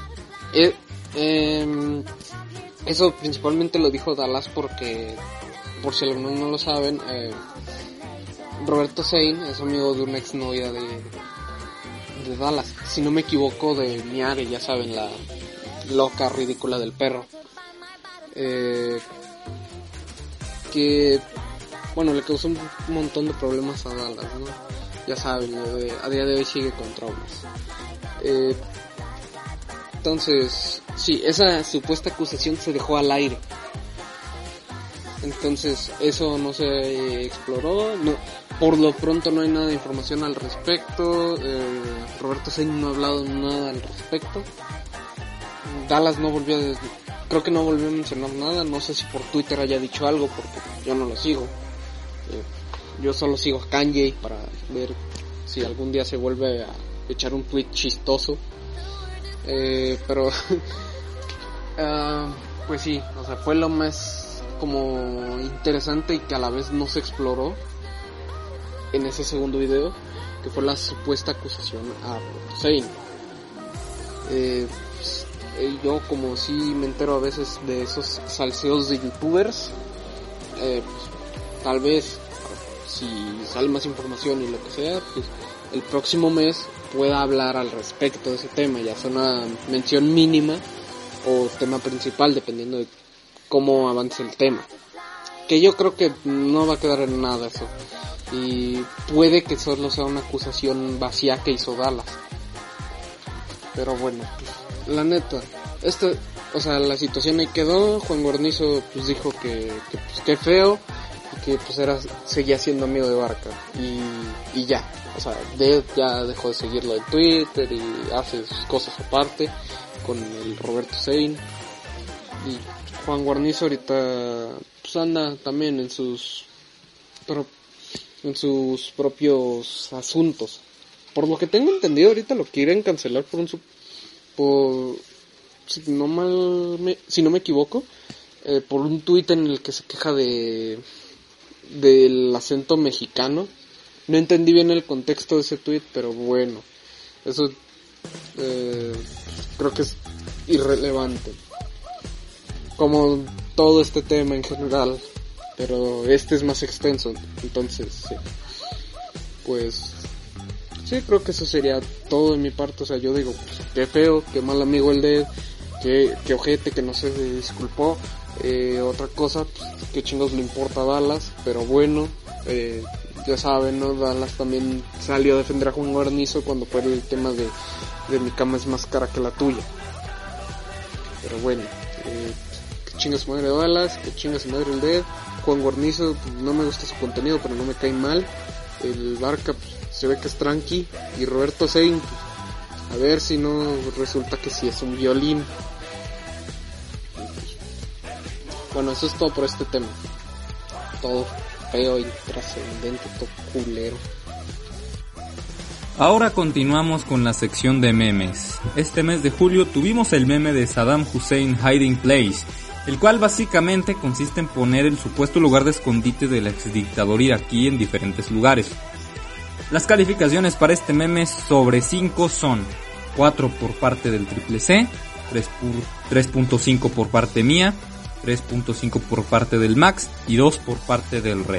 Eso principalmente lo dijo Dallas porque, por si algunos no lo saben, Roberto Sein es amigo de una exnovia de Dallas, si no me equivoco, de Miare, ya saben, la loca ridícula del perro. Que bueno, le causó un montón de problemas a Dallas, ¿no? Ya saben, a día de hoy sigue con traumas. Entonces, sí, esa supuesta acusación se dejó al aire. Entonces, eso no se exploró. No, por lo pronto no hay nada de información al respecto. Roberto Sein no ha hablado nada al respecto. Dallas creo que no volvió a mencionar nada. No sé si por Twitter haya dicho algo, porque yo no lo sigo. Yo solo sigo a Kanye para ver si algún día se vuelve a echar un tweet chistoso. Pero pues sí, fue lo más como interesante y que a la vez no se exploró en ese segundo video, que fue la supuesta acusación a Roberto Sein. Yo, como sí me entero a veces de esos salseos de youtubers, pues, tal vez si sale más información y lo que sea, pues el próximo mes pueda hablar al respecto de ese tema, ya sea una mención mínima o tema principal, dependiendo de cómo avance el tema. Que yo creo que no va a quedar en nada eso, y puede que solo sea una acusación vacía que hizo Dallas. Pero bueno, pues, la neta, la situación ahí quedó. Juan Guarnizo pues dijo que pues qué feo, y que pues seguía siendo amigo de Barca, y ya. Dead ya dejó de seguirlo en Twitter y hace sus cosas aparte con el Roberto Sein. Y Juan Guarnizo ahorita pues anda también en sus propios asuntos. Por lo que tengo entendido, ahorita lo quieren cancelar si no me equivoco, por un tuit en el que se queja del acento mexicano. No entendí bien el contexto de ese tweet, pero bueno, eso creo que es irrelevante, como todo este tema en general, pero este es más extenso. Entonces sí. Pues sí, creo que eso sería todo de mi parte. Yo digo, pues, qué feo, qué mal amigo el de, que ojete, que no se disculpó. Otra cosa, pues, que chingos le importa a Dallas, pero bueno, ya saben, ¿no? Dallas también salió a defender a Juan Guarnizo cuando fue el tema de mi cama es más cara que la tuya. Pero bueno, que chinga su madre Dallas, que chinga su madre el Dead. Juan Guarnizo, pues, no me gusta su contenido, pero no me cae mal. El Barca, pues, se ve que es tranqui. Y Roberto Sein, pues, a ver si no resulta que sí es un violín. Bueno, eso es todo por este tema. Todo feo, intrascendente, todo culero. Ahora continuamos con la sección de memes. Este mes de julio tuvimos el meme de Saddam Hussein Hiding Place, el cual básicamente consiste en poner el supuesto lugar de escondite del exdictador iraquí en diferentes lugares. Las calificaciones para este meme sobre 5 son 4 por parte del Triple C, 3.5 por parte mía, 3.5 por parte del Max y 2 por parte del Red.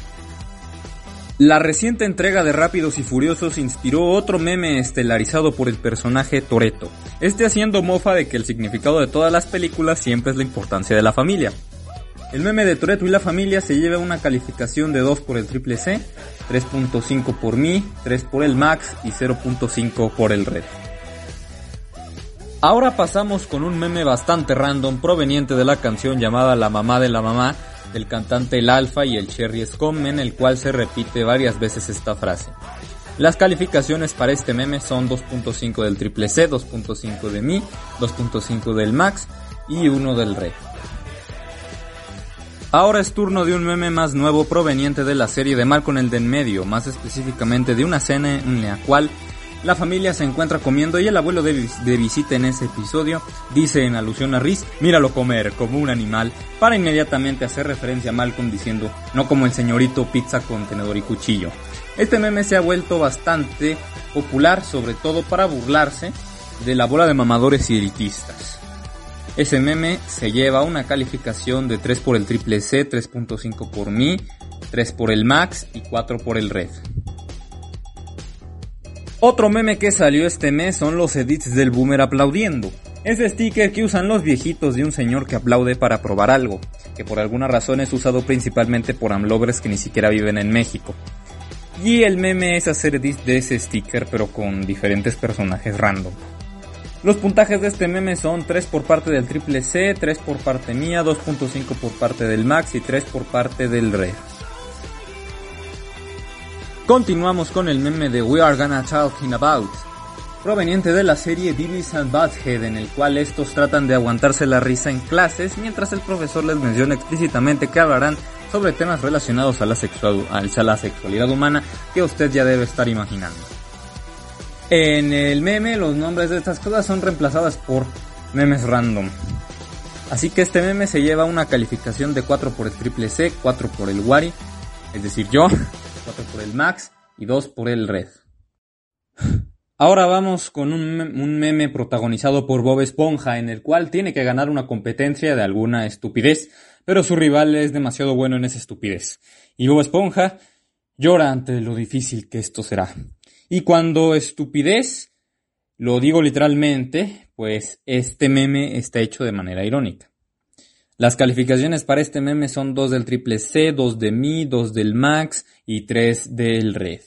La reciente entrega de Rápidos y Furiosos inspiró otro meme estelarizado por el personaje Toretto, haciendo mofa de que el significado de todas las películas siempre es la importancia de la familia. El meme de Toretto y la familia se lleva una calificación de 2 por el Triple C, 3.5 por mí, 3 por el Max y 0.5 por el Red. Ahora pasamos con un meme bastante random proveniente de la canción llamada La mamá de la mamá del cantante El Alfa y el Cherry Scum, en el cual se repite varias veces esta frase. Las calificaciones para este meme son 2.5 del Triple C, 2.5 de mí, 2.5 del Max y 1 del Red. Ahora es turno de un meme más nuevo proveniente de la serie de Malcolm el de en medio, más específicamente de una escena en la cual la familia se encuentra comiendo y el abuelo de visita en ese episodio dice en alusión a Reese, míralo comer como un animal, para inmediatamente hacer referencia a Malcolm diciendo, no como el señorito pizza con tenedor y cuchillo. Este meme se ha vuelto bastante popular, sobre todo para burlarse de la bola de mamadores y elitistas. Ese meme se lleva una calificación de 3 por el Triple C, 3.5 por mí, 3 por el Max y 4 por el Red. Otro meme que salió este mes son los edits del boomer aplaudiendo. Ese sticker que usan los viejitos de un señor que aplaude para probar algo, que por alguna razón es usado principalmente por amlovers que ni siquiera viven en México. Y el meme es hacer edits de ese sticker pero con diferentes personajes random. Los puntajes de este meme son 3 por parte del Triple C, 3 por parte mía, 2.5 por parte del Max y 3 por parte del Red. Continuamos con el meme de We Are Gonna Talking About, proveniente de la serie Beavis and Butthead, en el cual estos tratan de aguantarse la risa en clases mientras el profesor les menciona explícitamente que hablarán sobre temas relacionados a la sexualidad humana que usted ya debe estar imaginando. En el meme los nombres de estas cosas son reemplazadas por memes random. Así que este meme se lleva una calificación de 4 por el Triple C, 4 por el Wari, es decir yo, 4 por el Max y 2 por el Red. Ahora vamos con un meme protagonizado por Bob Esponja, en el cual tiene que ganar una competencia de alguna estupidez, pero su rival es demasiado bueno en esa estupidez. Y Bob Esponja llora ante lo difícil que esto será. Y cuando estupidez, lo digo literalmente, pues este meme está hecho de manera irónica. Las calificaciones para este meme son 2 del Triple C, 2 de mí, 2 del Max y 3 del Red.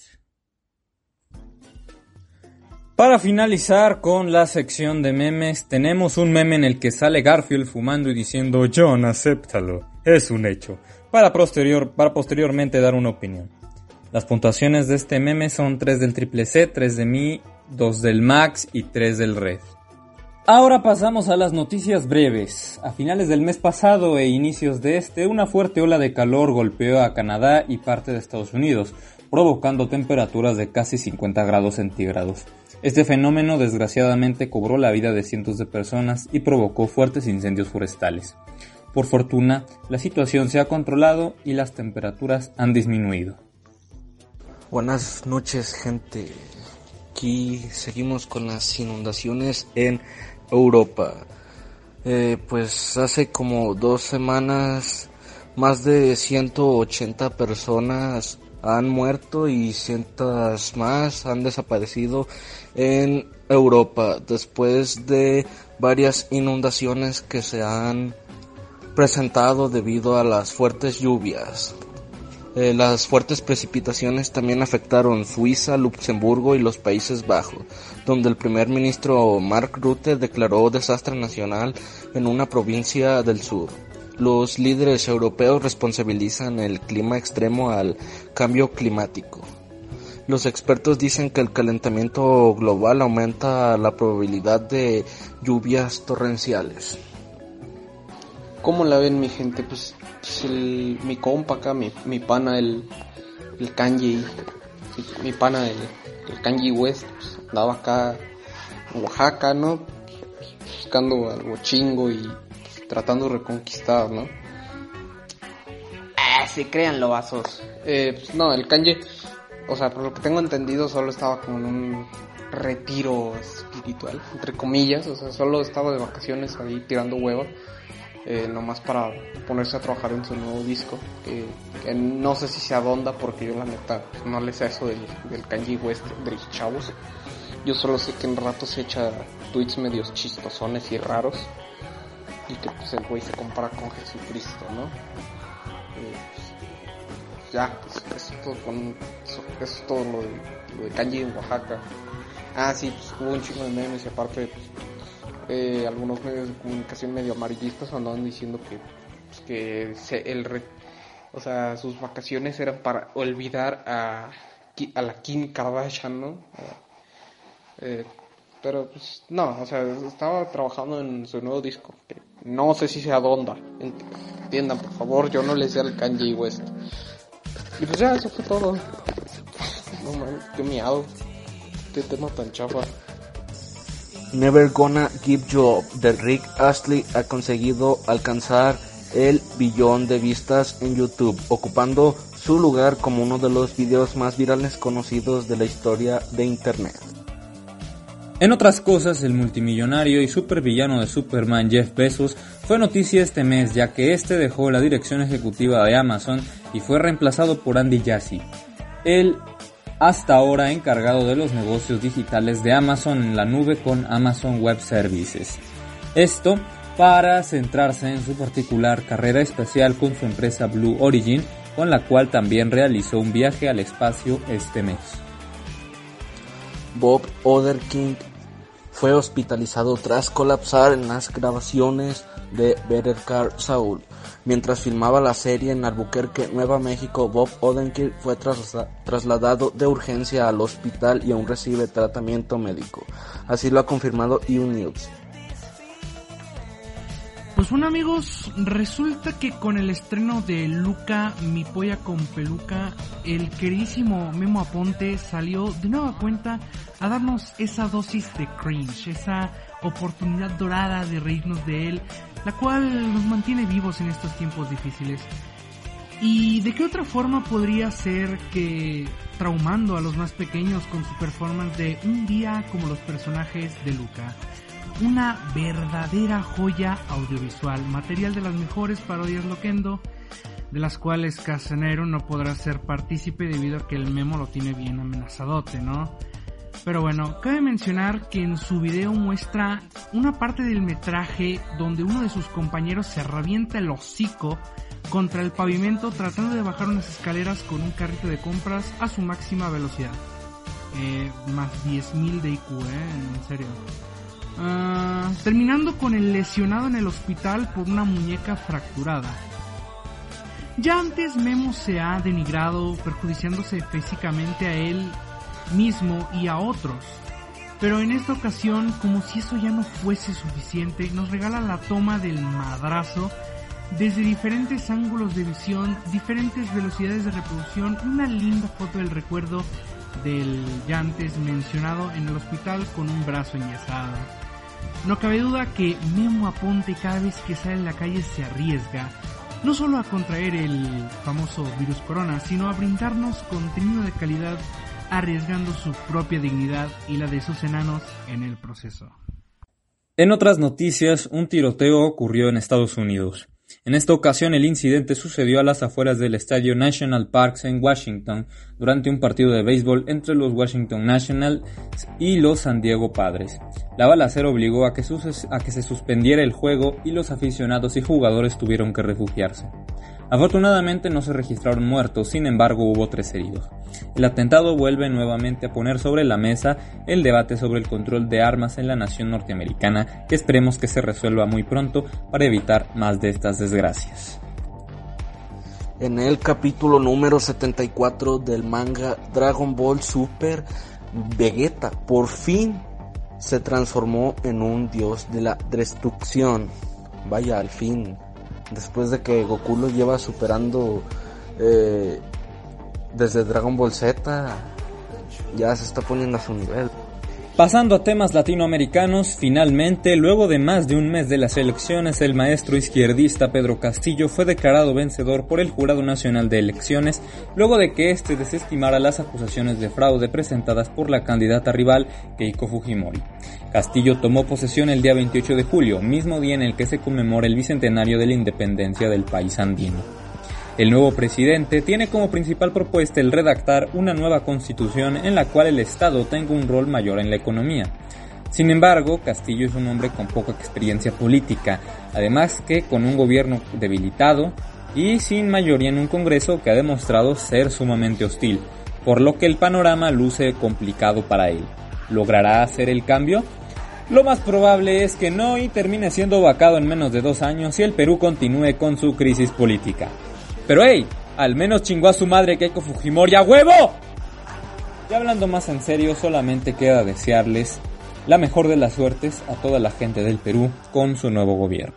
Para finalizar con la sección de memes, tenemos un meme en el que sale Garfield fumando y diciendo John, acéptalo, es un hecho, para posteriormente dar una opinión. Las puntuaciones de este meme son 3 del Triple C, 3 de mí, 2 del Max y 3 del Red. Ahora pasamos a las noticias breves. A finales del mes pasado e inicios de una fuerte ola de calor golpeó a Canadá y parte de Estados Unidos, provocando temperaturas de casi 50 grados centígrados. Este fenómeno desgraciadamente cobró la vida de cientos de personas y provocó fuertes incendios forestales. Por fortuna, la situación se ha controlado y las temperaturas han disminuido. Buenas noches, gente. Aquí seguimos con las inundaciones en Europa. Pues hace como 2 semanas más de 180 personas han muerto y cientos más han desaparecido en Europa después de varias inundaciones que se han presentado debido a las fuertes lluvias. Las fuertes precipitaciones también afectaron Suiza, Luxemburgo y los Países Bajos, donde el primer ministro Mark Rutte declaró desastre nacional en una provincia del sur. Los líderes europeos responsabilizan el clima extremo al cambio climático. Los expertos dicen que el calentamiento global aumenta la probabilidad de lluvias torrenciales. ¿Cómo la ven, mi gente? Pues mi compa acá, mi pana, el Kanye, mi pana, el Kanye West, pues, andaba acá en Oaxaca, ¿no? Buscando algo chingo y pues, tratando de reconquistar, ¿no? Se crean lobazos. Pues no, el Kanye, o sea, por lo que tengo entendido, solo estaba como en un retiro espiritual, entre comillas, o sea, solo estaba de vacaciones ahí tirando hueva. Nomás para ponerse a trabajar en su nuevo disco, que no sé si sea onda, porque yo la neta pues, no le sé eso del Kanye West de los chavos. Yo solo sé que en rato se echa tweets medios chistosones y raros, y que pues el güey se compara con Jesucristo, ¿no? Pues, eso es todo lo de Kanye en Oaxaca. Sí, pues hubo un chingo de memes y aparte pues, algunos medios de comunicación medio amarillistas andaban diciendo que sus vacaciones eran para olvidar a la Kim Kardashian, ¿no? Pero pues no, o sea, estaba trabajando en su nuevo disco, que no sé si sea onda, entiendan por favor, yo no le sé al Kanye West. Y pues ya, eso fue todo. No mames, qué miado, qué tema tan chafa. Never Gonna Give You Up de Rick Astley ha conseguido alcanzar el 1 billón de vistas en YouTube, ocupando su lugar como uno de los videos más virales conocidos de la historia de Internet. En otras cosas, el multimillonario y supervillano de Superman Jeff Bezos fue noticia este mes, ya que este dejó la dirección ejecutiva de Amazon y fue reemplazado por Andy Jassy, el hasta ahora encargado de los negocios digitales de Amazon en la nube con Amazon Web Services. Esto para centrarse en su particular carrera espacial con su empresa Blue Origin, con la cual también realizó un viaje al espacio este mes. Bob Odenkirk fue hospitalizado tras colapsar en las grabaciones de Better Call Saul. Mientras filmaba la serie en Albuquerque, Nueva México, Bob Odenkirk fue trasladado de urgencia al hospital y aún recibe tratamiento médico. Así lo ha confirmado U-News. Pues bueno, amigos, resulta que con el estreno de Luca, mi polla con peluca, el queridísimo Memo Aponte salió de nueva cuenta a darnos esa dosis de cringe, esa oportunidad dorada de reírnos de él, la cual nos mantiene vivos en estos tiempos difíciles. ¿Y de qué otra forma podría ser que traumando a los más pequeños con su performance de Un día como los personajes de Luca? Una verdadera joya audiovisual, material de las mejores parodias Loquendo, de las cuales Casanero no podrá ser partícipe debido a que el Memo lo tiene bien amenazadote, ¿no? Pero bueno, cabe mencionar que en su video muestra una parte del metraje donde uno de sus compañeros se revienta el hocico contra el pavimento tratando de bajar unas escaleras con un carrito de compras a su máxima velocidad. Más 10.000 de IQ, en serio. Terminando con el lesionado en el hospital por una muñeca fracturada. Ya antes Memo se ha denigrado, perjudiciándose físicamente a él mismo y a otros, pero en esta ocasión, como si eso ya no fuese suficiente, nos regala la toma del madrazo desde diferentes ángulos de visión, diferentes velocidades de reproducción, una linda foto del recuerdo del ya antes mencionado en el hospital con un brazo enyesado. No cabe duda que Memo Aponte cada vez que sale a la calle se arriesga, no solo a contraer el famoso virus corona, sino a brindarnos contenido de calidad, arriesgando su propia dignidad y la de sus enanos en el proceso. En otras noticias, un tiroteo ocurrió en Estados Unidos. En esta ocasión el incidente sucedió a las afueras del estadio National Parks en Washington durante un partido de béisbol entre los Washington Nationals y los San Diego Padres. La balacera obligó a que se suspendiera el juego y los aficionados y jugadores tuvieron que refugiarse. Afortunadamente no se registraron muertos, sin embargo hubo 3 heridos. El atentado vuelve nuevamente a poner sobre la mesa el debate sobre el control de armas en la nación norteamericana, que esperemos que se resuelva muy pronto para evitar más de estas desgracias. En el capítulo número 74 del manga Dragon Ball Super, Vegeta por fin se transformó en un dios de la destrucción. Vaya, al fin. Después de que Goku lo lleva superando desde Dragon Ball Z, ya se está poniendo a su nivel. Pasando a temas latinoamericanos, finalmente, luego de más de un mes de las elecciones, el maestro izquierdista Pedro Castillo fue declarado vencedor por el Jurado Nacional de Elecciones, luego de que éste desestimara las acusaciones de fraude presentadas por la candidata rival Keiko Fujimori. Castillo tomó posesión el día 28 de julio, mismo día en el que se conmemora el bicentenario de la independencia del país andino. El nuevo presidente tiene como principal propuesta el redactar una nueva constitución en la cual el Estado tenga un rol mayor en la economía. Sin embargo, Castillo es un hombre con poca experiencia política, además que con un gobierno debilitado y sin mayoría en un Congreso que ha demostrado ser sumamente hostil, por lo que el panorama luce complicado para él. ¿Logrará hacer el cambio? Lo más probable es que no y termine siendo vacado en menos de 2 años y el Perú continúe con su crisis política. Pero hey, al menos chingó a su madre Keiko Fujimori, ¡a huevo! Y hablando más en serio, solamente queda desearles la mejor de las suertes a toda la gente del Perú con su nuevo gobierno.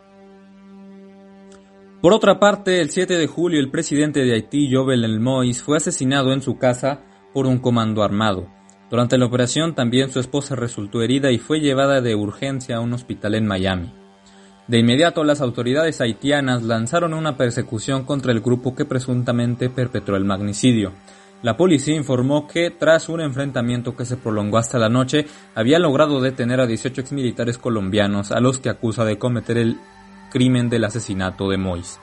Por otra parte, el 7 de julio el presidente de Haití, Jovenel Moïse, fue asesinado en su casa por un comando armado. Durante la operación también su esposa resultó herida y fue llevada de urgencia a un hospital en Miami. De inmediato las autoridades haitianas lanzaron una persecución contra el grupo que presuntamente perpetró el magnicidio. La policía informó que tras un enfrentamiento que se prolongó hasta la noche, había logrado detener a 18 exmilitares colombianos a los que acusa de cometer el crimen del asesinato de Moïse.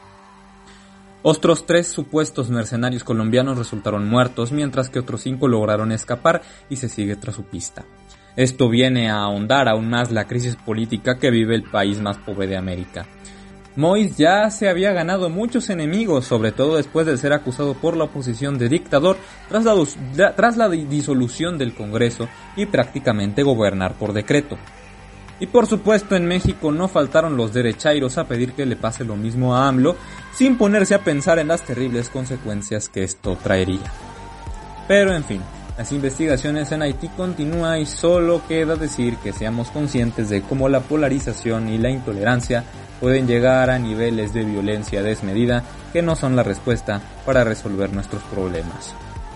Otros 3 supuestos mercenarios colombianos resultaron muertos, mientras que otros 5 lograron escapar y se sigue tras su pista. Esto viene a ahondar aún más la crisis política que vive el país más pobre de América. Moïse ya se había ganado muchos enemigos, sobre todo después de ser acusado por la oposición de dictador tras la disolución del Congreso y prácticamente gobernar por decreto. Y por supuesto en México no faltaron los derechairos a pedir que le pase lo mismo a AMLO, sin ponerse a pensar en las terribles consecuencias que esto traería. Pero en fin, las investigaciones en Haití continúan y solo queda decir que seamos conscientes de cómo la polarización y la intolerancia pueden llegar a niveles de violencia desmedida que no son la respuesta para resolver nuestros problemas.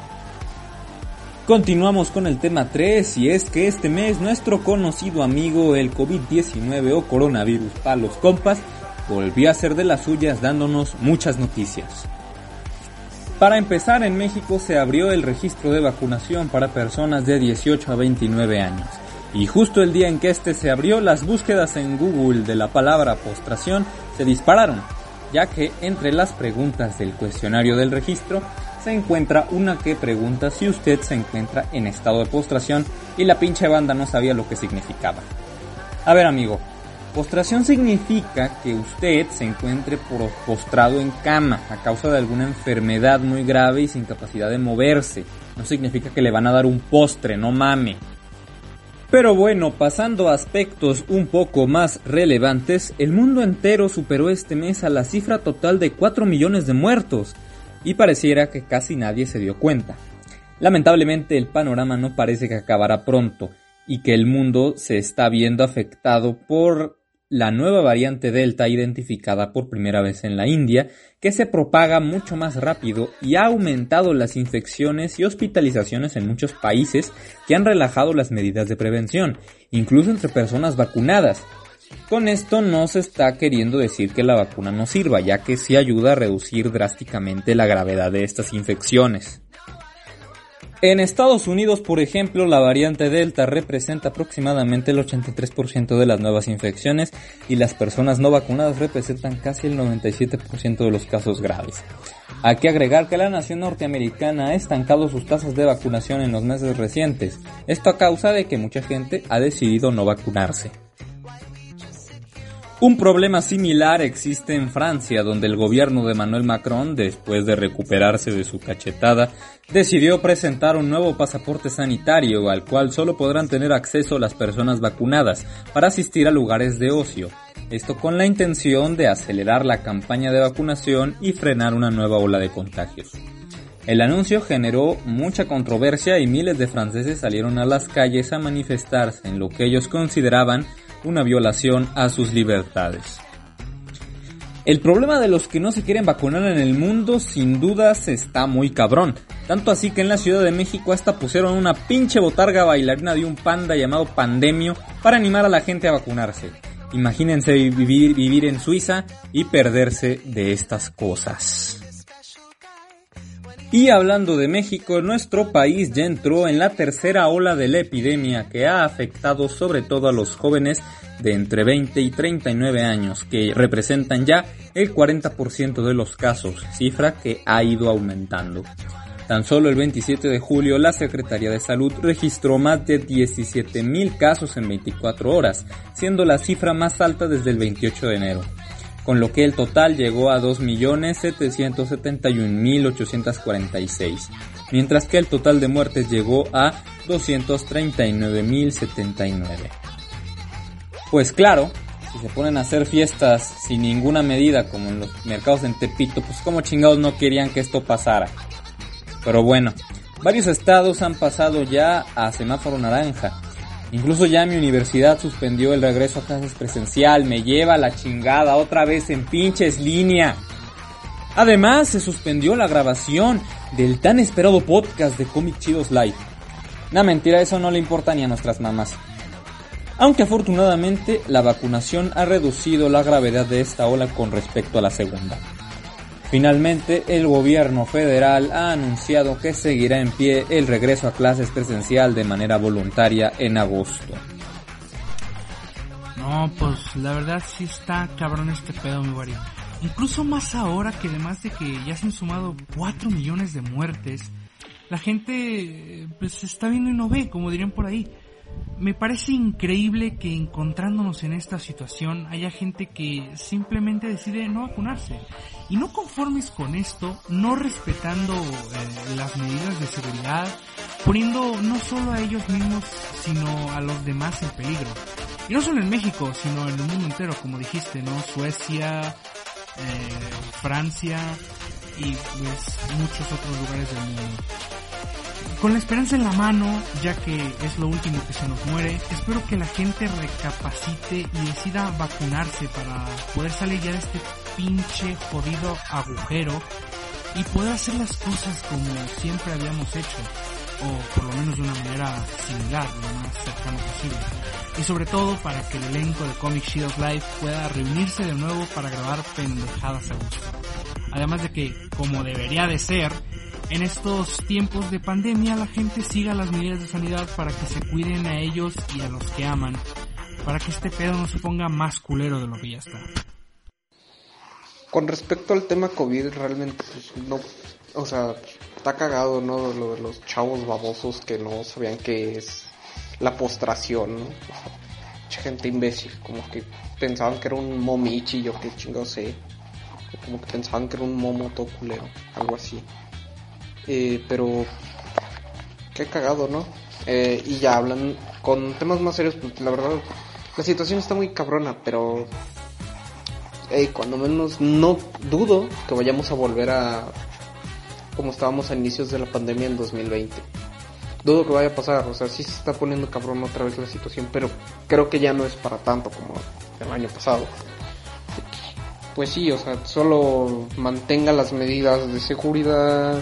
Continuamos con el tema 3 y es que este mes nuestro conocido amigo el COVID-19 o coronavirus para los compas volvió a hacer de las suyas dándonos muchas noticias. Para empezar, en México se abrió el registro de vacunación para personas de 18 a 29 años y justo el día en que este se abrió, las búsquedas en Google de la palabra postración se dispararon, ya que entre las preguntas del cuestionario del registro se encuentra una que pregunta si usted se encuentra en estado de postración y la pinche banda no sabía lo que significaba. A ver amigo, postración significa que usted se encuentre postrado en cama a causa de alguna enfermedad muy grave y sin capacidad de moverse. No significa que le van a dar un postre, no mame. Pero bueno, pasando a aspectos un poco más relevantes, el mundo entero superó este mes a la cifra total de 4 millones de muertos. Y pareciera que casi nadie se dio cuenta. Lamentablemente el panorama no parece que acabará pronto y que el mundo se está viendo afectado por la nueva variante Delta identificada por primera vez en la India, que se propaga mucho más rápido y ha aumentado las infecciones y hospitalizaciones en muchos países que han relajado las medidas de prevención, incluso entre personas vacunadas. Con esto no se está queriendo decir que la vacuna no sirva, ya que sí ayuda a reducir drásticamente la gravedad de estas infecciones. En Estados Unidos, por ejemplo, la variante Delta representa aproximadamente el 83% de las nuevas infecciones y las personas no vacunadas representan casi el 97% de los casos graves. Hay que agregar que la nación norteamericana ha estancado sus tasas de vacunación en los meses recientes, esto a causa de que mucha gente ha decidido no vacunarse. Un problema similar existe en Francia, donde el gobierno de Emmanuel Macron, después de recuperarse de su cachetada, decidió presentar un nuevo pasaporte sanitario al cual solo podrán tener acceso las personas vacunadas para asistir a lugares de ocio. Esto con la intención de acelerar la campaña de vacunación y frenar una nueva ola de contagios. El anuncio generó mucha controversia y miles de franceses salieron a las calles a manifestarse en lo que ellos consideraban una violación a sus libertades. El problema de los que no se quieren vacunar en el mundo sin dudas está muy cabrón. Tanto así que en la Ciudad de México hasta pusieron una pinche botarga bailarina de un panda llamado Pandemio para animar a la gente a vacunarse. Imagínense vivir en Suiza y perderse de estas cosas. Y hablando de México, nuestro país ya entró en la tercera ola de la epidemia que ha afectado sobre todo a los jóvenes de entre 20 y 39 años, que representan ya el 40% de los casos, cifra que ha ido aumentando. Tan solo el 27 de julio la Secretaría de Salud registró más de 17,000 casos en 24 horas, siendo la cifra más alta desde el 28 de enero. Con lo que el total llegó a 2.771.846, mientras que el total de muertes llegó a 239.079. Pues claro, si se ponen a hacer fiestas sin ninguna medida como en los mercados en Tepito, pues como chingados no querían que esto pasara. Pero bueno, varios estados han pasado ya a semáforo naranja. Incluso ya mi universidad suspendió el regreso a clases presencial, me lleva la chingada otra vez en pinches línea. Además, se suspendió la grabación del tan esperado podcast de Comic Chidos Live. Nah, mentira, eso no le importa ni a nuestras mamás. Aunque afortunadamente la vacunación ha reducido la gravedad de esta ola con respecto a la segunda. Finalmente, el gobierno federal ha anunciado que seguirá en pie el regreso a clases presencial de manera voluntaria en agosto. No, pues la verdad sí está cabrón este pedo, mi guari. Incluso más ahora que además de que ya se han sumado 4 millones de muertes, la gente pues se está viendo y no ve, como dirían por ahí. Me parece increíble que encontrándonos en esta situación haya gente que simplemente decide no vacunarse. Y no conformes con esto, no respetando las medidas de seguridad, poniendo no solo a ellos mismos, sino a los demás en peligro. Y no solo en México, sino en el mundo entero, como dijiste, ¿no? Suecia, Francia y pues muchos otros lugares del mundo. Con la esperanza en la mano, ya que es lo último que se nos muere, espero que la gente recapacite y decida vacunarse para poder salir ya de este pinche jodido agujero y poder hacer las cosas como siempre habíamos hecho, o por lo menos de una manera similar, lo más cercano posible. Y sobre todo para que el elenco de Comic Chidos Live pueda reunirse de nuevo para grabar pendejadas a gusto. Además de que, como debería de ser, en estos tiempos de pandemia la gente siga las medidas de sanidad para que se cuiden a ellos y a los que aman, para que este pedo no se ponga más culero de lo que ya está. Con respecto al tema COVID, realmente pues no, o sea, está cagado, ¿no? Lo de los chavos babosos que no sabían qué es la postración, ¿no? Mucha gente imbécil, como que pensaban que era un momichi, yo qué chingo sé, como que pensaban que era un momo todo culero, algo así. Pero qué cagado, ¿no? Y ya hablan con temas más serios, porque la verdad la situación está muy cabrona, pero cuando menos no dudo que vayamos a volver a como estábamos a inicios de la pandemia en 2020. Dudo que vaya a pasar, o sea, sí se está poniendo cabrón otra vez la situación, pero creo que ya no es para tanto como el año pasado. Pues sí, o sea, solo mantenga las medidas de seguridad,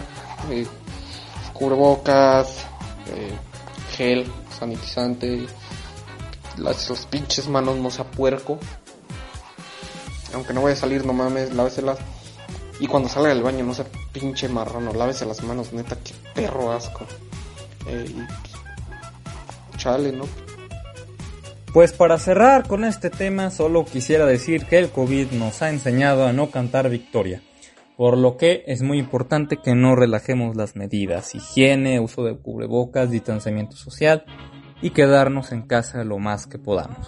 cubrebocas, gel, sanitizante, las pinches manos no sea puerco. Aunque no vaya a salir, no mames, láveselas. Y cuando salga del baño no sea pinche marrano, lávese las manos, neta, qué perro asco. Chale, ¿no? Pues para cerrar con este tema, solo quisiera decir que el COVID nos ha enseñado a no cantar victoria, por lo que es muy importante que no relajemos las medidas: higiene, uso de cubrebocas, distanciamiento social y quedarnos en casa lo más que podamos.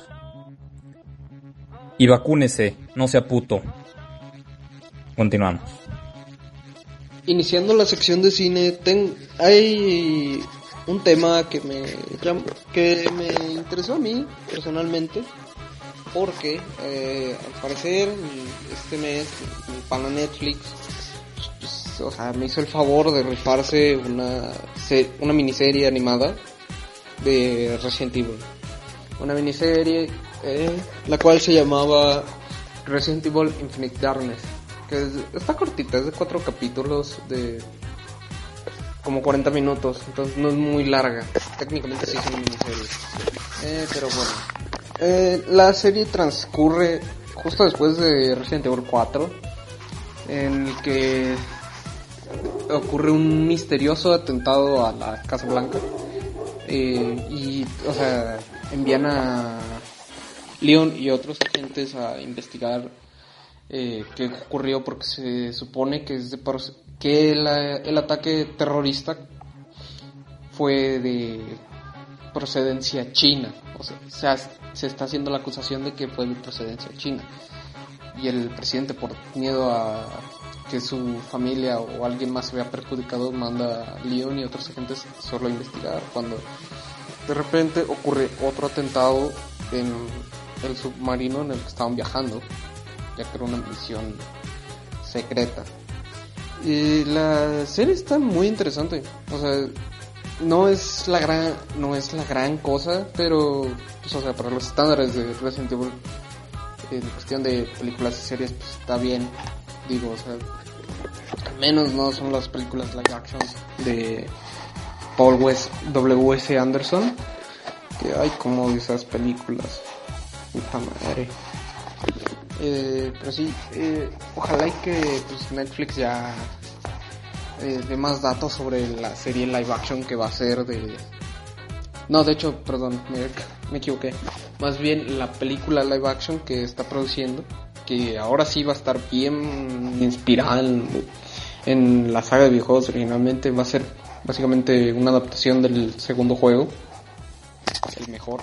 Y vacúnese, no sea puto. Continuamos. Iniciando la sección de cine, hay un tema que me interesó a mí personalmente, porque al parecer este mes mi pana Netflix pues, o sea, me hizo el favor de rifarse una miniserie animada de Resident Evil, una miniserie la cual se llamaba Resident Evil Infinite Darkness, que está cortita, es de 4 capítulos de como 40 minutos, entonces no es muy larga. Técnicamente sí es una miniserie. Pero bueno. La serie transcurre justo después de Resident Evil 4, en el que ocurre un misterioso atentado a la Casa Blanca. Y, o sea, envían a Leon y otros agentes a investigar qué ocurrió, porque se supone que el ataque terrorista fue de procedencia china. O sea, se está haciendo la acusación de que fue de procedencia china. Y el presidente, por miedo a que su familia o alguien más se vea perjudicado, manda a Leon y otros agentes solo a investigar, cuando de repente ocurre otro atentado en el submarino en el que estaban viajando, ya que era una misión secreta. Y la serie está muy interesante. O sea, no es la gran cosa, pero pues, o sea, para los estándares de Resident Evil, en cuestión de películas y series, pues está bien. Digo, o sea, al menos no son las películas live action de Paul W.S. Anderson, que hay como de esas películas. Puta madre. Pero sí, ojalá y que pues, Netflix ya dé más datos sobre la serie live action que va a ser de... No, de hecho, perdón, me equivoqué. Más bien la película live action que está produciendo, que ahora sí va a estar bien inspirada en la saga de videojuegos originalmente. Va a ser básicamente una adaptación del segundo juego, el mejor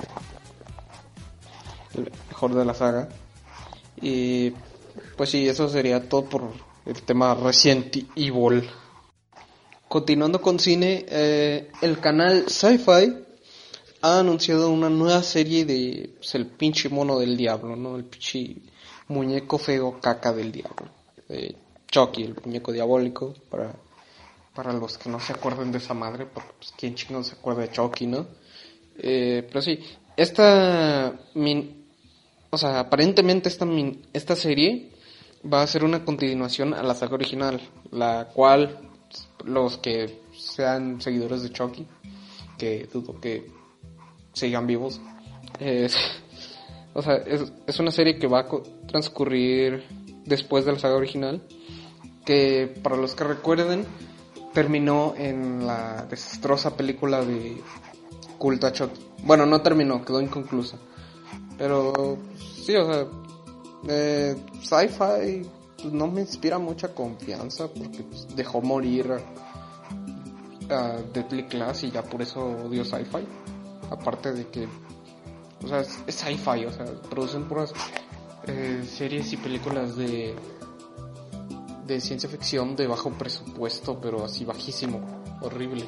de la saga. Y pues sí, eso sería todo por el tema Resident Evil. Continuando con cine, el canal Sci-Fi ha anunciado una nueva serie de pues, el pinche mono del diablo, ¿no? El pinche muñeco feo caca del diablo. Chucky, el muñeco diabólico, para los que no se acuerden de esa madre, porque pues quién chingón se acuerda de Chucky, ¿no? Pero sí, o sea, aparentemente esta serie va a ser una continuación a la saga original, la cual los que sean seguidores de Chucky, que dudo que sigan vivos, o sea, es una serie que va a transcurrir después de la saga original, que para los que recuerden terminó en la desastrosa película de culto a Chucky. Bueno, no terminó, quedó inconclusa. Pero sí, o sea, Sci-Fi pues, no me inspira mucha confianza, porque pues, dejó morir a Deadly Class y ya por eso odio Sci-Fi. Aparte de que, o sea, es Sci-Fi, o sea, producen puras series y películas de ciencia ficción de bajo presupuesto, pero así bajísimo, horrible.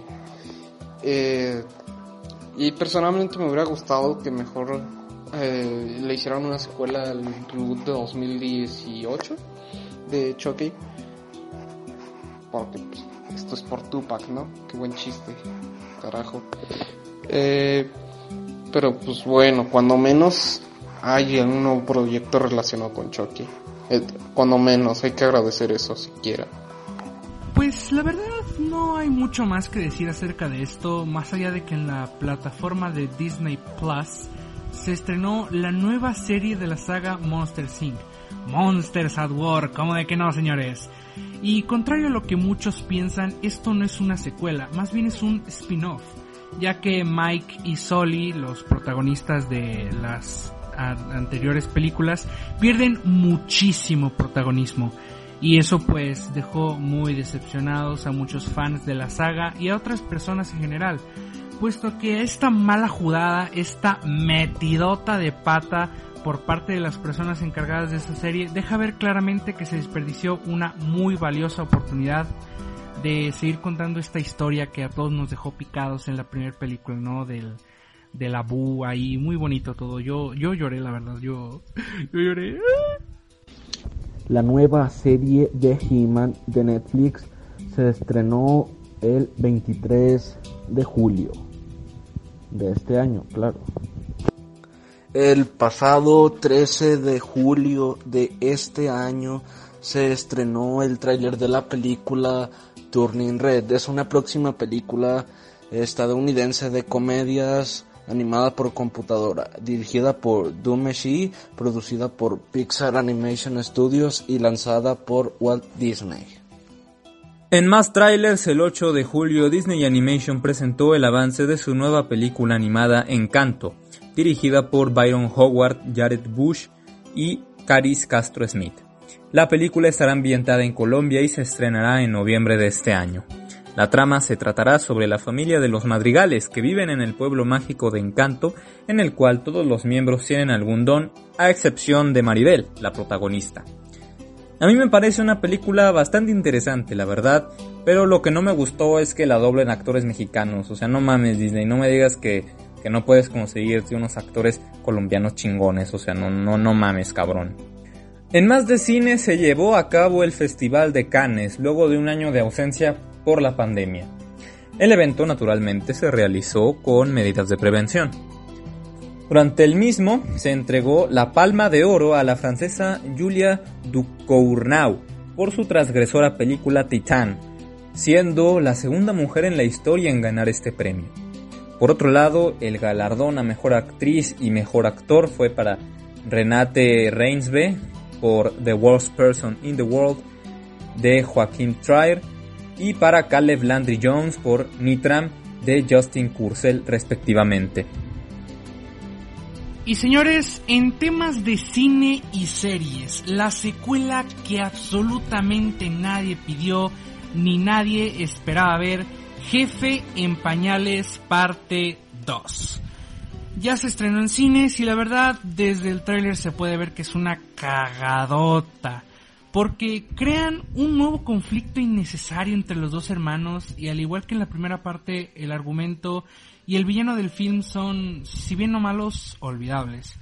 Y personalmente me hubiera gustado que mejor le hicieron una secuela al reboot de 2018 de Chucky, porque pues, esto es por Tupac, ¿no? Qué buen chiste, carajo. Pero pues bueno, cuando menos hay un nuevo proyecto relacionado con Chucky. Cuando menos hay que agradecer eso siquiera. Pues la verdad no hay mucho más que decir acerca de esto, más allá de que en la plataforma de Disney Plus se estrenó la nueva serie de la saga Monsters Inc. Monsters at War, ¿cómo de que no, señores? Y contrario a lo que muchos piensan, esto no es una secuela, más bien es un spin-off. ya que Mike y Sully, los protagonistas de las anteriores películas, pierden muchísimo protagonismo. Y eso pues dejó muy decepcionados a muchos fans de la saga y a otras personas en general, puesto que esta mala jugada, esta metidota de pata por parte de las personas encargadas de esta serie, deja ver claramente que se desperdició una muy valiosa oportunidad de seguir contando esta historia que a todos nos dejó picados en la primera película, ¿no? Del Abu ahí, muy bonito todo. Yo lloré, la verdad, yo lloré. La nueva serie de He-Man de Netflix se estrenó el 23 de julio de este año, claro. El pasado 13 de julio de este año se estrenó el tráiler de la película Turning Red. Es una próxima película estadounidense de comedias animada por computadora, dirigida por Doom Machine, producida por Pixar Animation Studios y lanzada por Walt Disney. En más trailers, el 8 de julio Disney Animation presentó el avance de su nueva película animada Encanto, dirigida por Byron Howard, Jared Bush y Caris Castro Smith. La película estará ambientada en Colombia y se estrenará en noviembre de este año. La trama se tratará sobre la familia de los Madrigales que viven en el pueblo mágico de Encanto, en el cual todos los miembros tienen algún don, a excepción de Maribel, la protagonista. A mí me parece una película bastante interesante, la verdad, pero lo que no me gustó es que la doblen actores mexicanos. O sea, no mames, Disney, no me digas que no puedes conseguirte unos actores colombianos chingones. O sea, no mames, cabrón. En más de cine, se llevó a cabo el Festival de Cannes, luego de un año de ausencia por la pandemia. El evento naturalmente se realizó con medidas de prevención. Durante el mismo se entregó la Palma de Oro a la francesa Julia Ducournau por su transgresora película Titane, siendo la segunda mujer en la historia en ganar este premio. Por otro lado, el galardón a mejor actriz y mejor actor fue para Renate Reinsve por The Worst Person in the World de Joachim Trier y para Caleb Landry Jones por Nitram de Justin Kurzel respectivamente. Y señores, en temas de cine y series, la secuela que absolutamente nadie pidió ni nadie esperaba ver, Jefe en Pañales parte 2. Ya se estrenó en cines y la verdad desde el tráiler se puede ver que es una cagadota, porque crean un nuevo conflicto innecesario entre los dos hermanos y al igual que en la primera parte el argumento y el villano del film son, si bien no malos, olvidables.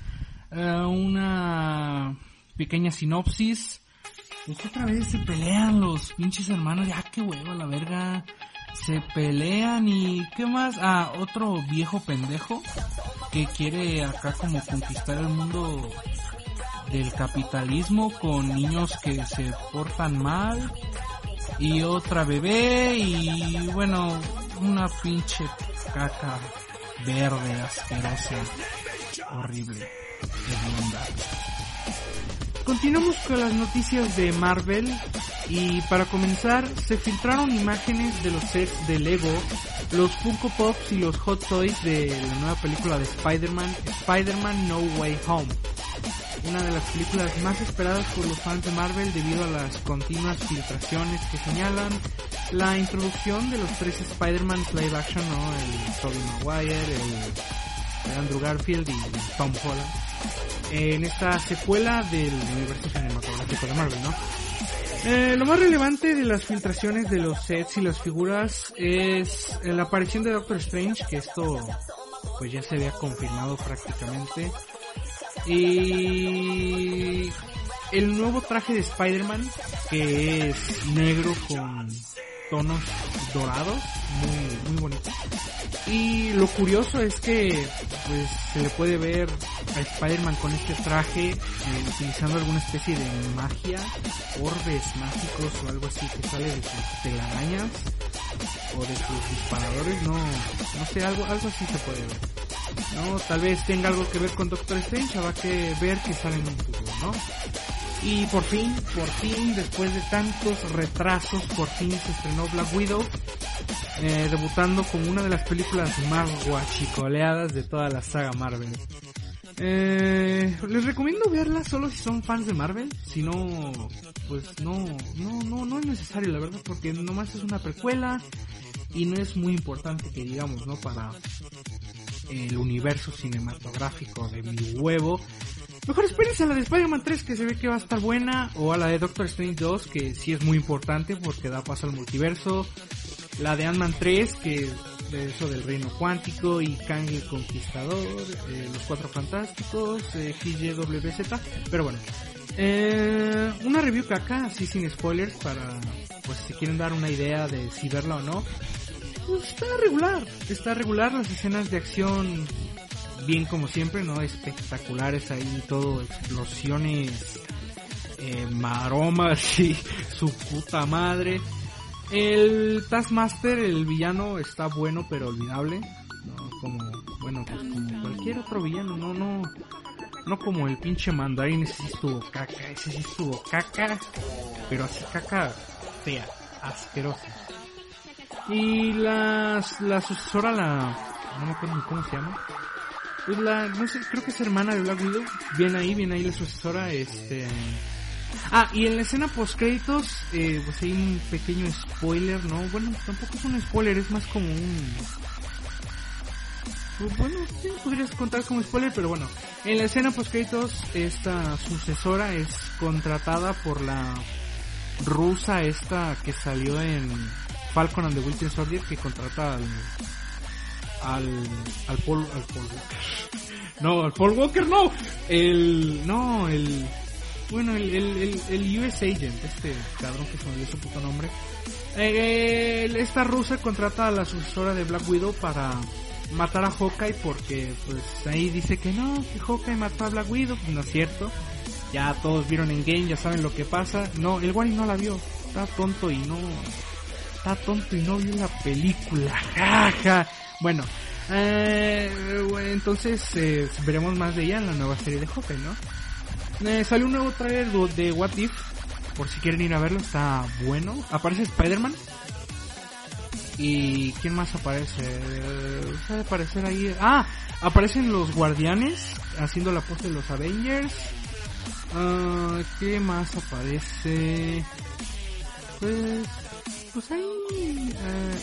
Una pequeña sinopsis. Pues otra vez se pelean los pinches hermanos. Ya qué huevo, la verga. Se pelean y ¿qué más? Otro viejo pendejo que quiere acá como conquistar el mundo del capitalismo con niños que se portan mal. Y otra bebé y bueno, una pinche caca verde, asquerosa, horrible, hedionda. Continuamos con las noticias de Marvel y para comenzar se filtraron imágenes de los sets de Lego, los Funko Pops y los Hot Toys de la nueva película de Spider-Man No Way Home. Una de las películas más esperadas por los fans de Marvel debido a las continuas filtraciones que señalan la introducción de los 3 Spider-Man live action, ¿no? El Tobey Maguire, el Andrew Garfield y Tom Holland, en esta secuela del universo cinematográfico de Marvel, ¿no? Lo más relevante de las filtraciones de los sets y las figuras es la aparición de Doctor Strange, que esto pues ya se había confirmado prácticamente. Y el nuevo traje de Spider-Man, que es negro con tonos dorados, muy bonito. Y lo curioso es que pues se le puede ver a Spider-Man con este traje utilizando alguna especie de magia, orbes mágicos o algo así que sale de sus telarañas o de sus disparadores, no sé, algo así se puede ver. No, tal vez tenga algo que ver con Doctor Strange, habrá que ver que sale en un futuro, ¿no? Y por fin, después de tantos retrasos, por fin se estrenó Black Widow. debutando como una de las películas más guachicoleadas de toda la saga Marvel. Les recomiendo verla solo si son fans de Marvel. Si no, pues no es necesario, la verdad, porque nomás es una precuela y no es muy importante que digamos, ¿no? Para el universo cinematográfico de mi huevo. Mejor espérense a la de Spider-Man 3, que se ve que va a estar buena, o a la de Doctor Strange 2, que sí es muy importante porque da paso al multiverso. La de Ant-Man 3, que de eso del reino cuántico, y Kang el Conquistador, los Cuatro Fantásticos, XYWZ. Pero bueno, una review que acá, así sin spoilers, para pues si quieren dar una idea de si verla o no. Pues está regular, las escenas de acción bien como siempre, ¿no? Espectaculares ahí, todo, explosiones, maromas y su puta madre. El Taskmaster, el villano, está bueno pero olvidable, ¿no? Como cualquier otro villano, no como el pinche Mandarín. Ese sí estuvo caca, pero así caca fea, asquerosa. Y la sucesora, no me acuerdo ni cómo se llama, pues no sé, creo que es hermana de Black Widow. Bien ahí la sucesora, y en la escena post créditos, pues hay un pequeño spoiler, ¿no? Bueno, tampoco es un spoiler, es más como bueno, sí, podrías contar como spoiler, pero bueno. En la escena post créditos, esta sucesora es contratada por la rusa esta que salió en Falcon and the Winter Soldier, que contrata al Paul Walker. No, al Paul Walker no. El US Agent, este cabrón que se me olvidó su puto nombre. Esta rusa contrata a la sucesora de Black Widow para matar a Hawkeye, porque pues ahí dice que no, que Hawkeye mató a Black Widow. No es cierto. Ya todos vieron Endgame, ya saben lo que pasa. No, el Wally no la vio. Está tonto y no vio la película. Jaja. Bueno, entonces veremos más de ella en la nueva serie de Hawkeye, ¿no? Salió un nuevo trailer de What If, por si quieren ir a verlo, está bueno. Aparece Spider-Man. ¿Y quién más aparece? ¿Sabe aparecer ahí? Aparecen los Guardianes haciendo la pose de los Avengers. ¿Qué más aparece? Pues ahí...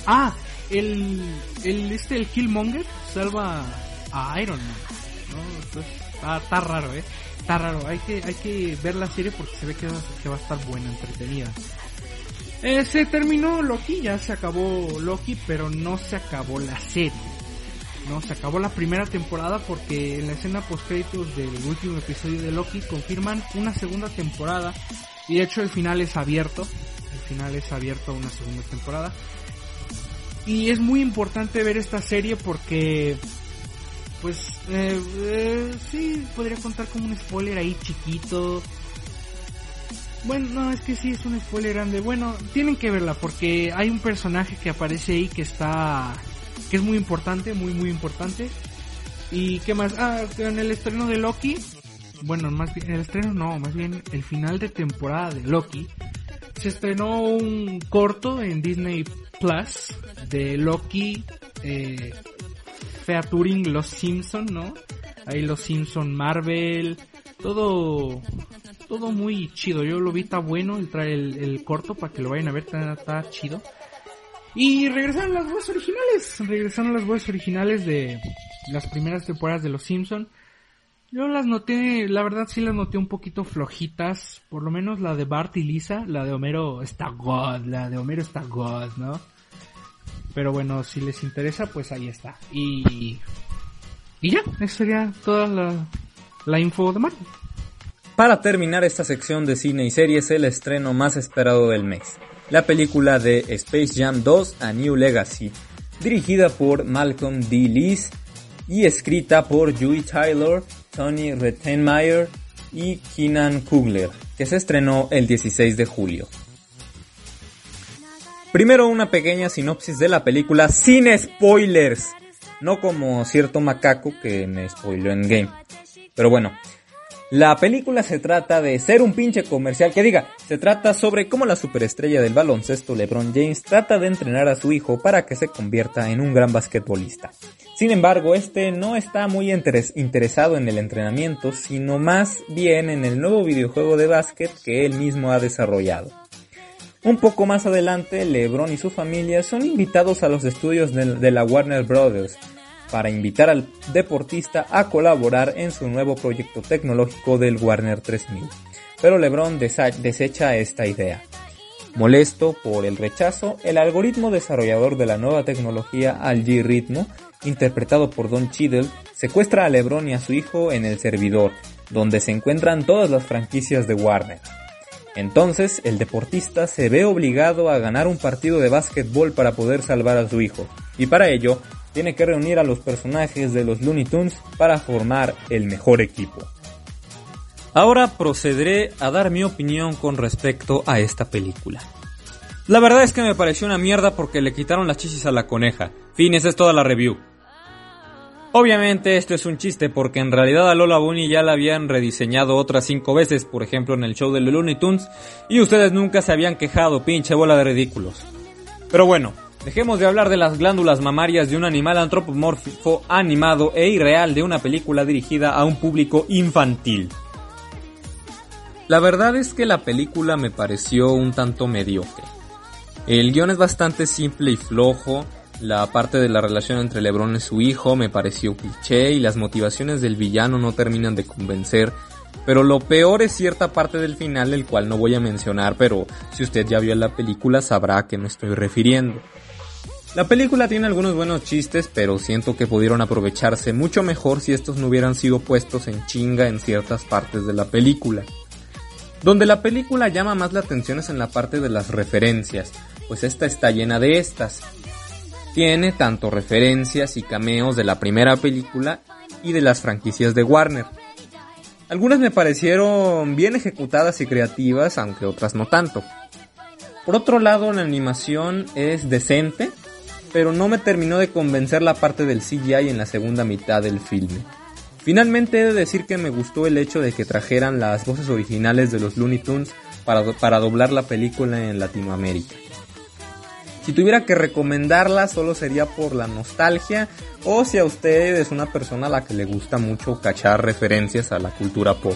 el Killmonger salva a Iron Man, ¿no? Entonces, está raro, está raro. Hay que ver la serie porque se ve que va a estar buena, entretenida. Se terminó Loki, ya se acabó Loki, pero no se acabó la serie. No, se acabó la primera temporada porque en la escena post-créditos del último episodio de Loki confirman una segunda temporada. Y de hecho el final es abierto. A una segunda temporada. Y es muy importante ver esta serie porque... pues sí, podría contar como un spoiler ahí chiquito. Bueno, no, es que sí es un spoiler grande. Bueno, tienen que verla porque hay un personaje que aparece ahí que es muy importante, muy importante. ¿Y qué más? En el estreno de Loki, bueno, más bien el final de temporada de Loki, se estrenó un corto en Disney Plus de Loki featuring los Simpson, ¿no? Ahí los Simpson, Marvel, todo muy chido. Yo lo vi, está bueno el corto para que lo vayan a ver, está chido. Y regresaron las voces originales de las primeras temporadas de los Simpson. Yo las noté, la verdad sí las noté un poquito flojitas, por lo menos la de Bart y Lisa. La de Homero está god, ¿no? Pero bueno, si les interesa, pues ahí está. Y ya, eso sería toda la info de Marvel. Para terminar esta sección de cine y series, el estreno más esperado del mes, la película de Space Jam 2: A New Legacy, dirigida por Malcolm D. Lees y escrita por Julie Taylor, Tony Rettenmaier y Keenan Coogler, que se estrenó el 16 de julio. Primero una pequeña sinopsis de la película sin spoilers, no como cierto macaco que me spoiló en Game. Pero bueno, La película se trata de ser un pinche comercial, se trata sobre cómo la superestrella del baloncesto LeBron James trata de entrenar a su hijo para que se convierta en un gran basquetbolista. Sin embargo, este no está muy interesado en el entrenamiento, sino más bien en el nuevo videojuego de básquet que él mismo ha desarrollado. Un poco más adelante, LeBron y su familia son invitados a los estudios de la Warner Brothers para invitar al deportista a colaborar en su nuevo proyecto tecnológico del Warner 3000. Pero LeBron desecha esta idea. Molesto por el rechazo, el algoritmo desarrollador de la nueva tecnología Algoritmo, interpretado por Don Cheadle, secuestra a LeBron y a su hijo en el servidor, donde se encuentran todas las franquicias de Warner. Entonces, el deportista se ve obligado a ganar un partido de básquetbol para poder salvar a su hijo, y para ello, tiene que reunir a los personajes de los Looney Tunes para formar el mejor equipo. Ahora procederé a dar mi opinión con respecto a esta película. La verdad es que me pareció una mierda porque le quitaron las chichis a la coneja. Fin, esa es toda la review. Obviamente esto es un chiste porque en realidad a Lola Bunny ya la habían rediseñado otras 5 veces, por ejemplo en el show de los Looney Tunes, y ustedes nunca se habían quejado, pinche bola de ridículos. Pero bueno, dejemos de hablar de las glándulas mamarias de un animal antropomórfico animado e irreal de una película dirigida a un público infantil. La verdad es que la película me pareció un tanto mediocre. El guión es bastante simple y flojo, la parte de la relación entre LeBron y su hijo me pareció cliché y las motivaciones del villano no terminan de convencer, pero lo peor es cierta parte del final, el cual no voy a mencionar, pero si usted ya vio la película sabrá a qué me estoy refiriendo. La película tiene algunos buenos chistes, pero siento que pudieron aprovecharse mucho mejor si estos no hubieran sido puestos en chinga en ciertas partes de la película. Donde la película llama más la atención es en la parte de las referencias, pues esta está llena de estas. Tiene tanto referencias y cameos de la primera película y de las franquicias de Warner. Algunas me parecieron bien ejecutadas y creativas, aunque otras no tanto. Por otro lado, la animación es decente, pero no me terminó de convencer la parte del CGI en la segunda mitad del filme. Finalmente he de decir que me gustó el hecho de que trajeran las voces originales de los Looney Tunes para doblar la película en Latinoamérica. Si tuviera que recomendarla solo sería por la nostalgia o si a usted es una persona a la que le gusta mucho cachar referencias a la cultura pop.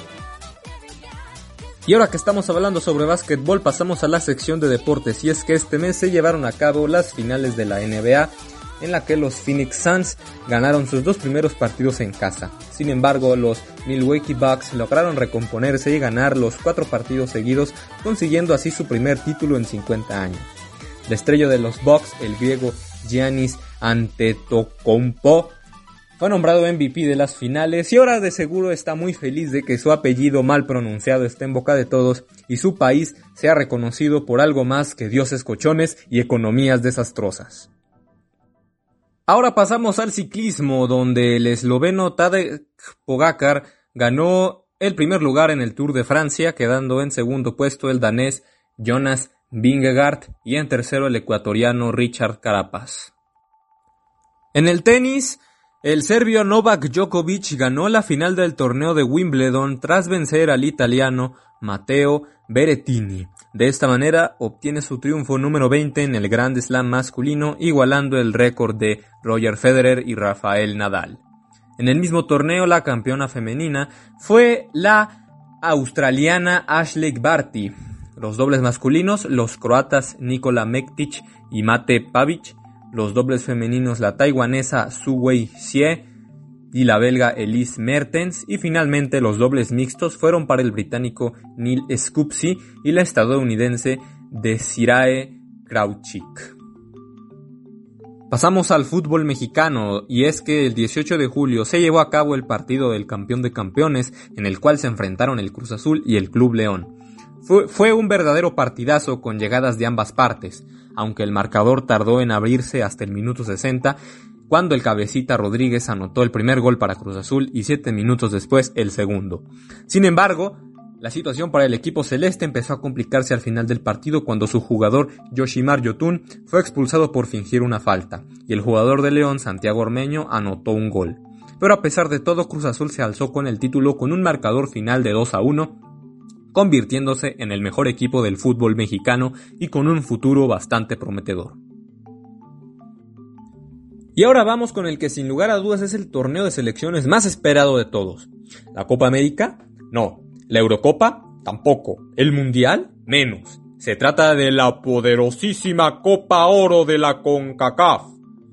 Y ahora que estamos hablando sobre básquetbol pasamos a la sección de deportes y es que este mes se llevaron a cabo las finales de la NBA en la que los Phoenix Suns ganaron sus 2 primeros partidos en casa. Sin embargo, los Milwaukee Bucks lograron recomponerse y ganar los 4 partidos seguidos, consiguiendo así su primer título en 50 años. La estrella de los Bucks, el griego Giannis Antetokounmpo, fue nombrado MVP de las finales y ahora de seguro está muy feliz de que su apellido mal pronunciado esté en boca de todos y su país sea reconocido por algo más que dioses cochones y economías desastrosas. Ahora pasamos al ciclismo, donde el esloveno Tadej Pogačar ganó el primer lugar en el Tour de Francia, quedando en segundo puesto el danés Jonas Vingegaard y en tercero el ecuatoriano Richard Carapaz. En el tenis, el serbio Novak Djokovic ganó la final del torneo de Wimbledon tras vencer al italiano Matteo Berrettini. De esta manera obtiene su triunfo número 20 en el Grand Slam masculino, igualando el récord de Roger Federer y Rafael Nadal. En el mismo torneo, la campeona femenina fue la australiana Ashleigh Barty. Los dobles masculinos, los croatas Nikola Mektic y Mate Pavic. Los dobles femeninos, la taiwanesa Su Wei Xie y la belga Elise Mertens. Y finalmente los dobles mixtos fueron para el británico Neil Scoopsy y la estadounidense Desirae Krauchik. Pasamos al fútbol mexicano, y es que el 18 de julio se llevó a cabo el partido del campeón de campeones, en el cual se enfrentaron el Cruz Azul y el Club León. Fue un verdadero partidazo con llegadas de ambas partes, aunque el marcador tardó en abrirse hasta el minuto 60, cuando el cabecita Rodríguez anotó el primer gol para Cruz Azul y 7 minutos después el segundo. Sin embargo, la situación para el equipo celeste empezó a complicarse al final del partido cuando su jugador Yoshimar Yotun fue expulsado por fingir una falta, y el jugador de León, Santiago Ormeño, anotó un gol. pero a pesar de todo Cruz Azul se alzó con el título con un marcador final de 2-1, convirtiéndose en el mejor equipo del fútbol mexicano y con un futuro bastante prometedor. Y ahora vamos con el que sin lugar a dudas es el torneo de selecciones más esperado de todos. ¿La Copa América? No. ¿La Eurocopa? Tampoco. ¿El Mundial? Menos. Se trata de la poderosísima Copa Oro de la CONCACAF.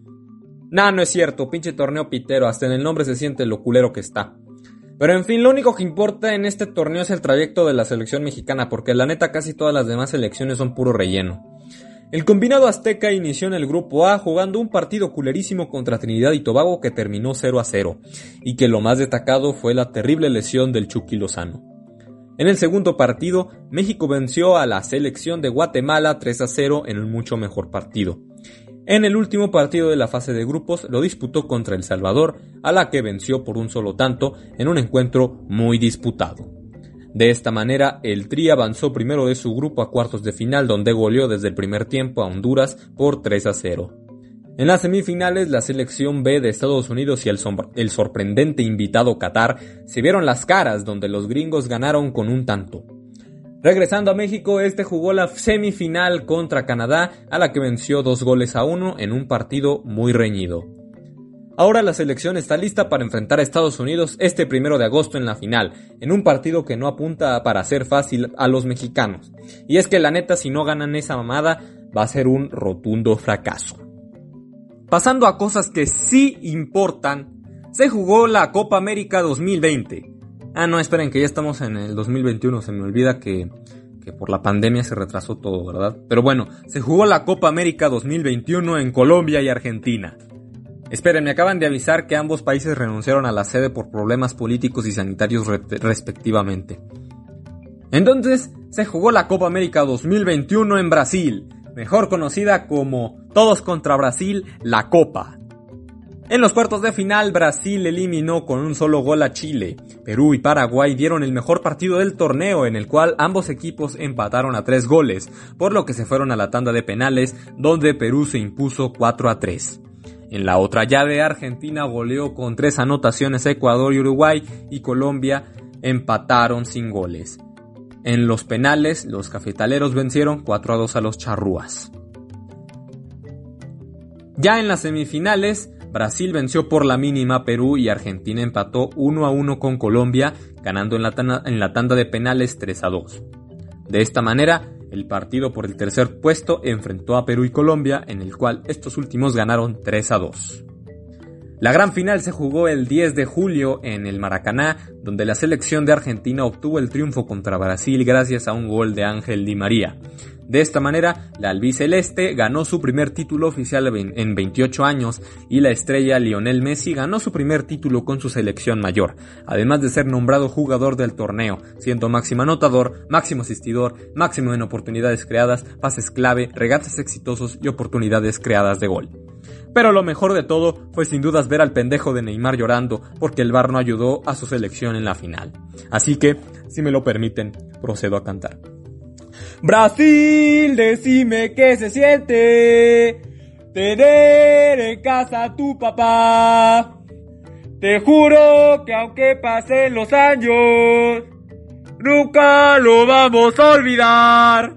Nah, no es cierto, pinche torneo pitero, hasta en el nombre se siente lo culero que está. Pero en fin, lo único que importa en este torneo es el trayecto de la selección mexicana, porque la neta casi todas las demás selecciones son puro relleno. El combinado azteca inició en el grupo A jugando un partido culerísimo contra Trinidad y Tobago que terminó 0-0, y que lo más destacado fue la terrible lesión del Chucky Lozano. En el segundo partido, México venció a la selección de Guatemala 3-0 en un mucho mejor partido. En el último partido de la fase de grupos lo disputó contra El Salvador, a la que venció por un solo tanto en un encuentro muy disputado. De esta manera, el Tri avanzó primero de su grupo a cuartos de final, donde goleó desde el primer tiempo a Honduras por 3-0. En las semifinales, la selección B de Estados Unidos y el sorprendente invitado Qatar se vieron las caras, donde los gringos ganaron con un tanto. Regresando a México, jugó la semifinal contra Canadá, a la que venció 2-1 en un partido muy reñido. Ahora la selección está lista para enfrentar a Estados Unidos este 1 de agosto en la final, en un partido que no apunta para ser fácil a los mexicanos. Y es que la neta, si no ganan esa mamada, va a ser un rotundo fracaso. Pasando a cosas que sí importan, se jugó la Copa América 2020. No, esperen, que ya estamos en el 2021, se me olvida que por la pandemia se retrasó todo, ¿verdad? Pero bueno, se jugó la Copa América 2021 en Colombia y Argentina. Esperen, me acaban de avisar que ambos países renunciaron a la sede por problemas políticos y sanitarios respectivamente. Entonces, se jugó la Copa América 2021 en Brasil, mejor conocida como Todos contra Brasil, la Copa. En los cuartos de final, Brasil eliminó con un solo gol a Chile. Perú y Paraguay dieron el mejor partido del torneo, en el cual ambos equipos empataron a 3 goles, por lo que se fueron a la tanda de penales, donde Perú se impuso 4-3. En la otra llave, Argentina goleó con 3 anotaciones a Ecuador y Uruguay, y Colombia empataron sin goles. En los penales, los cafetaleros vencieron 4-2 a los charrúas. Ya en las semifinales, Brasil venció por la mínima a Perú y Argentina empató 1-1 con Colombia, ganando en la tanda de penales 3-2. De esta manera, el partido por el tercer puesto enfrentó a Perú y Colombia, en el cual estos últimos ganaron 3-2. La gran final se jugó el 10 de julio en el Maracaná, donde la selección de Argentina obtuvo el triunfo contra Brasil gracias a un gol de Ángel Di María. De esta manera, la albiceleste ganó su primer título oficial en 28 años y la estrella Lionel Messi ganó su primer título con su selección mayor, además de ser nombrado jugador del torneo, siendo máximo anotador, máximo asistidor, máximo en oportunidades creadas, pases clave, regates exitosos y oportunidades creadas de gol. Pero lo mejor de todo fue sin dudas ver al pendejo de Neymar llorando porque el VAR no ayudó a su selección en la final. Así que, si me lo permiten, procedo a cantar. Brasil, decime qué se siente tener en casa a tu papá. Te juro que aunque pasen los años, nunca lo vamos a olvidar.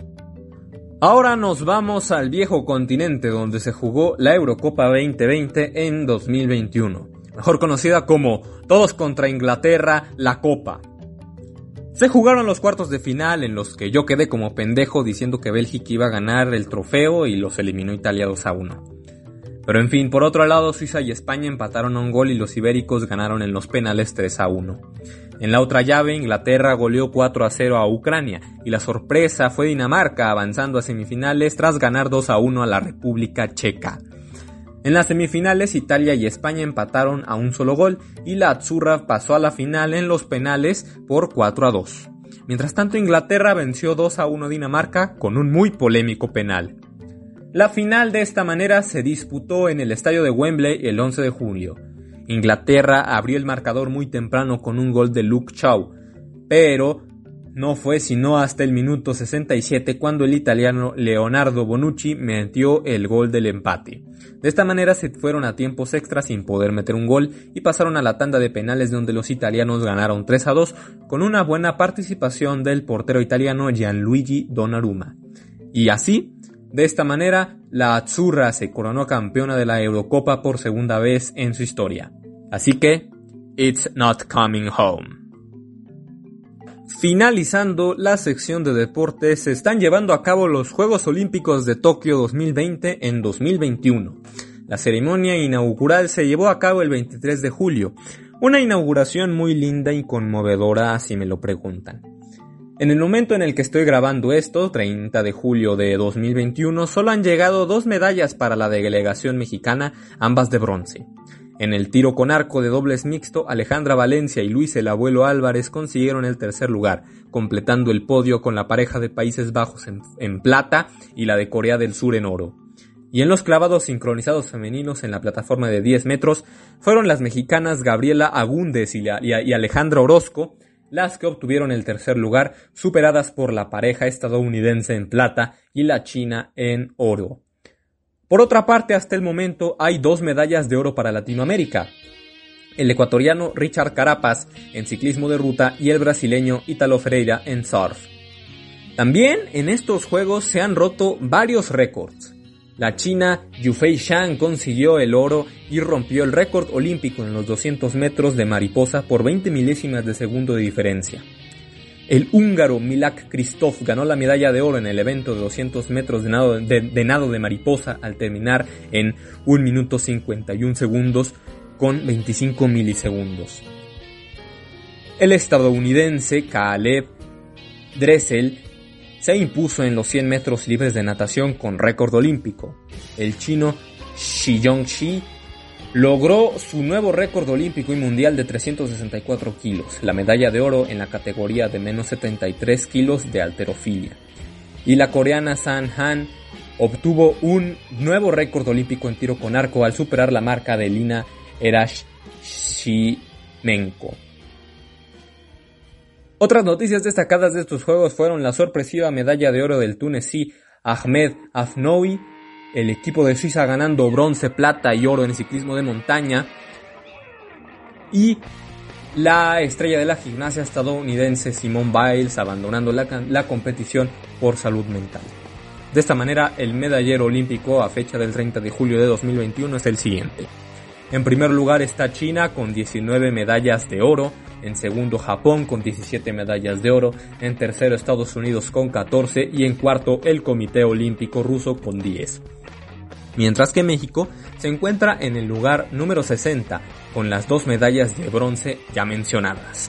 Ahora nos vamos al viejo continente, donde se jugó la Eurocopa 2020 en 2021, mejor conocida como Todos contra Inglaterra, la Copa. Se jugaron los cuartos de final, en los que yo quedé como pendejo diciendo que Bélgica iba a ganar el trofeo y los eliminó Italia 2-1. Pero en fin, por otro lado, Suiza y España empataron a un gol y los ibéricos ganaron en los penales 3-1. En la otra llave, Inglaterra goleó 4-0 a Ucrania y la sorpresa fue Dinamarca avanzando a semifinales tras ganar 2-1 a la República Checa. En las semifinales, Italia y España empataron a un solo gol y la Azzurra pasó a la final en los penales por 4-2. Mientras tanto, Inglaterra venció 2-1 a Dinamarca con un muy polémico penal. La final de esta manera se disputó en el estadio de Wembley el 11 de julio. Inglaterra abrió el marcador muy temprano con un gol de Luke Shaw, pero no fue sino hasta el minuto 67 cuando el italiano Leonardo Bonucci metió el gol del empate. De esta manera se fueron a tiempos extras sin poder meter un gol y pasaron a la tanda de penales donde los italianos ganaron 3-2 con una buena participación del portero italiano Gianluigi Donnarumma. Y así, de esta manera, la Azzurra se coronó campeona de la Eurocopa por segunda vez en su historia. Así que, it's not coming home. Finalizando la sección de deportes, se están llevando a cabo los Juegos Olímpicos de Tokio 2020 en 2021. La ceremonia inaugural se llevó a cabo el 23 de julio, una inauguración muy linda y conmovedora si me lo preguntan. En el momento en el que estoy grabando esto, 30 de julio de 2021, solo han llegado 2 medallas para la delegación mexicana, ambas de bronce. En el tiro con arco de dobles mixto, Alejandra Valencia y Luis el Abuelo Álvarez consiguieron el tercer lugar, completando el podio con la pareja de Países Bajos en plata y la de Corea del Sur en oro. Y en los clavados sincronizados femeninos en la plataforma de 10 metros, fueron las mexicanas Gabriela Agúndez y Alejandra Orozco las que obtuvieron el tercer lugar, superadas por la pareja estadounidense en plata y la china en oro. Por otra parte, hasta el momento hay 2 medallas de oro para Latinoamérica. El ecuatoriano Richard Carapaz en ciclismo de ruta y el brasileño Ítalo Ferreira en surf. También en estos juegos se han roto varios récords. La china Yufei Zhang consiguió el oro y rompió el récord olímpico en los 200 metros de mariposa por 20 milésimas de segundo de diferencia. El húngaro Milak Kristof ganó la medalla de oro en el evento de 200 metros de nado de mariposa al terminar en 1 minuto 51 segundos con 25 milisegundos. El estadounidense Caleb Dressel se impuso en los 100 metros libres de natación con récord olímpico. El chino Shi Yongxi logró su nuevo récord olímpico y mundial de 364 kilos, la medalla de oro en la categoría de menos 73 kilos de halterofilia. Y la coreana San Han obtuvo un nuevo récord olímpico en tiro con arco al superar la marca de Lina Erashchimenko. Otras noticias destacadas de estos juegos fueron la sorpresiva medalla de oro del tunecí Ahmed Afnoui, el equipo de Suiza ganando bronce, plata y oro en el ciclismo de montaña, y la estrella de la gimnasia estadounidense Simone Biles abandonando la competición por salud mental. De esta manera, el medallero olímpico a fecha del 30 de julio de 2021 es el siguiente. En primer lugar está China con 19 medallas de oro, en segundo Japón con 17 medallas de oro, en tercero Estados Unidos con 14 y en cuarto el Comité Olímpico Ruso con 10. Mientras que México se encuentra en el lugar número 60 con las 2 medallas de bronce ya mencionadas.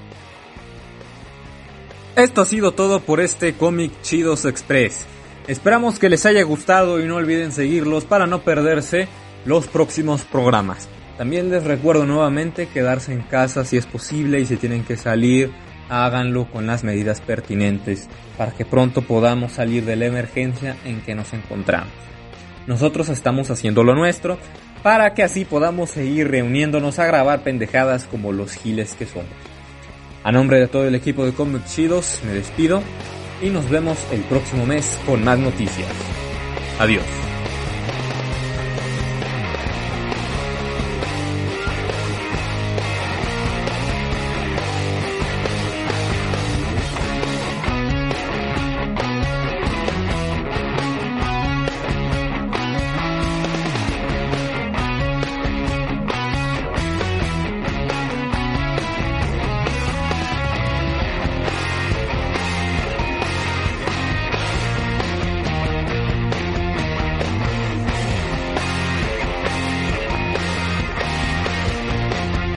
Esto ha sido todo por este Comic Chidos Express. Esperamos que les haya gustado y no olviden seguirlos para no perderse los próximos programas. También les recuerdo nuevamente quedarse en casa si es posible y si tienen que salir, háganlo con las medidas pertinentes para que pronto podamos salir de la emergencia en que nos encontramos. Nosotros estamos haciendo lo nuestro para que así podamos seguir reuniéndonos a grabar pendejadas como los giles que somos. A nombre de todo el equipo de Comics Chidos me despido y nos vemos el próximo mes con más noticias. Adiós.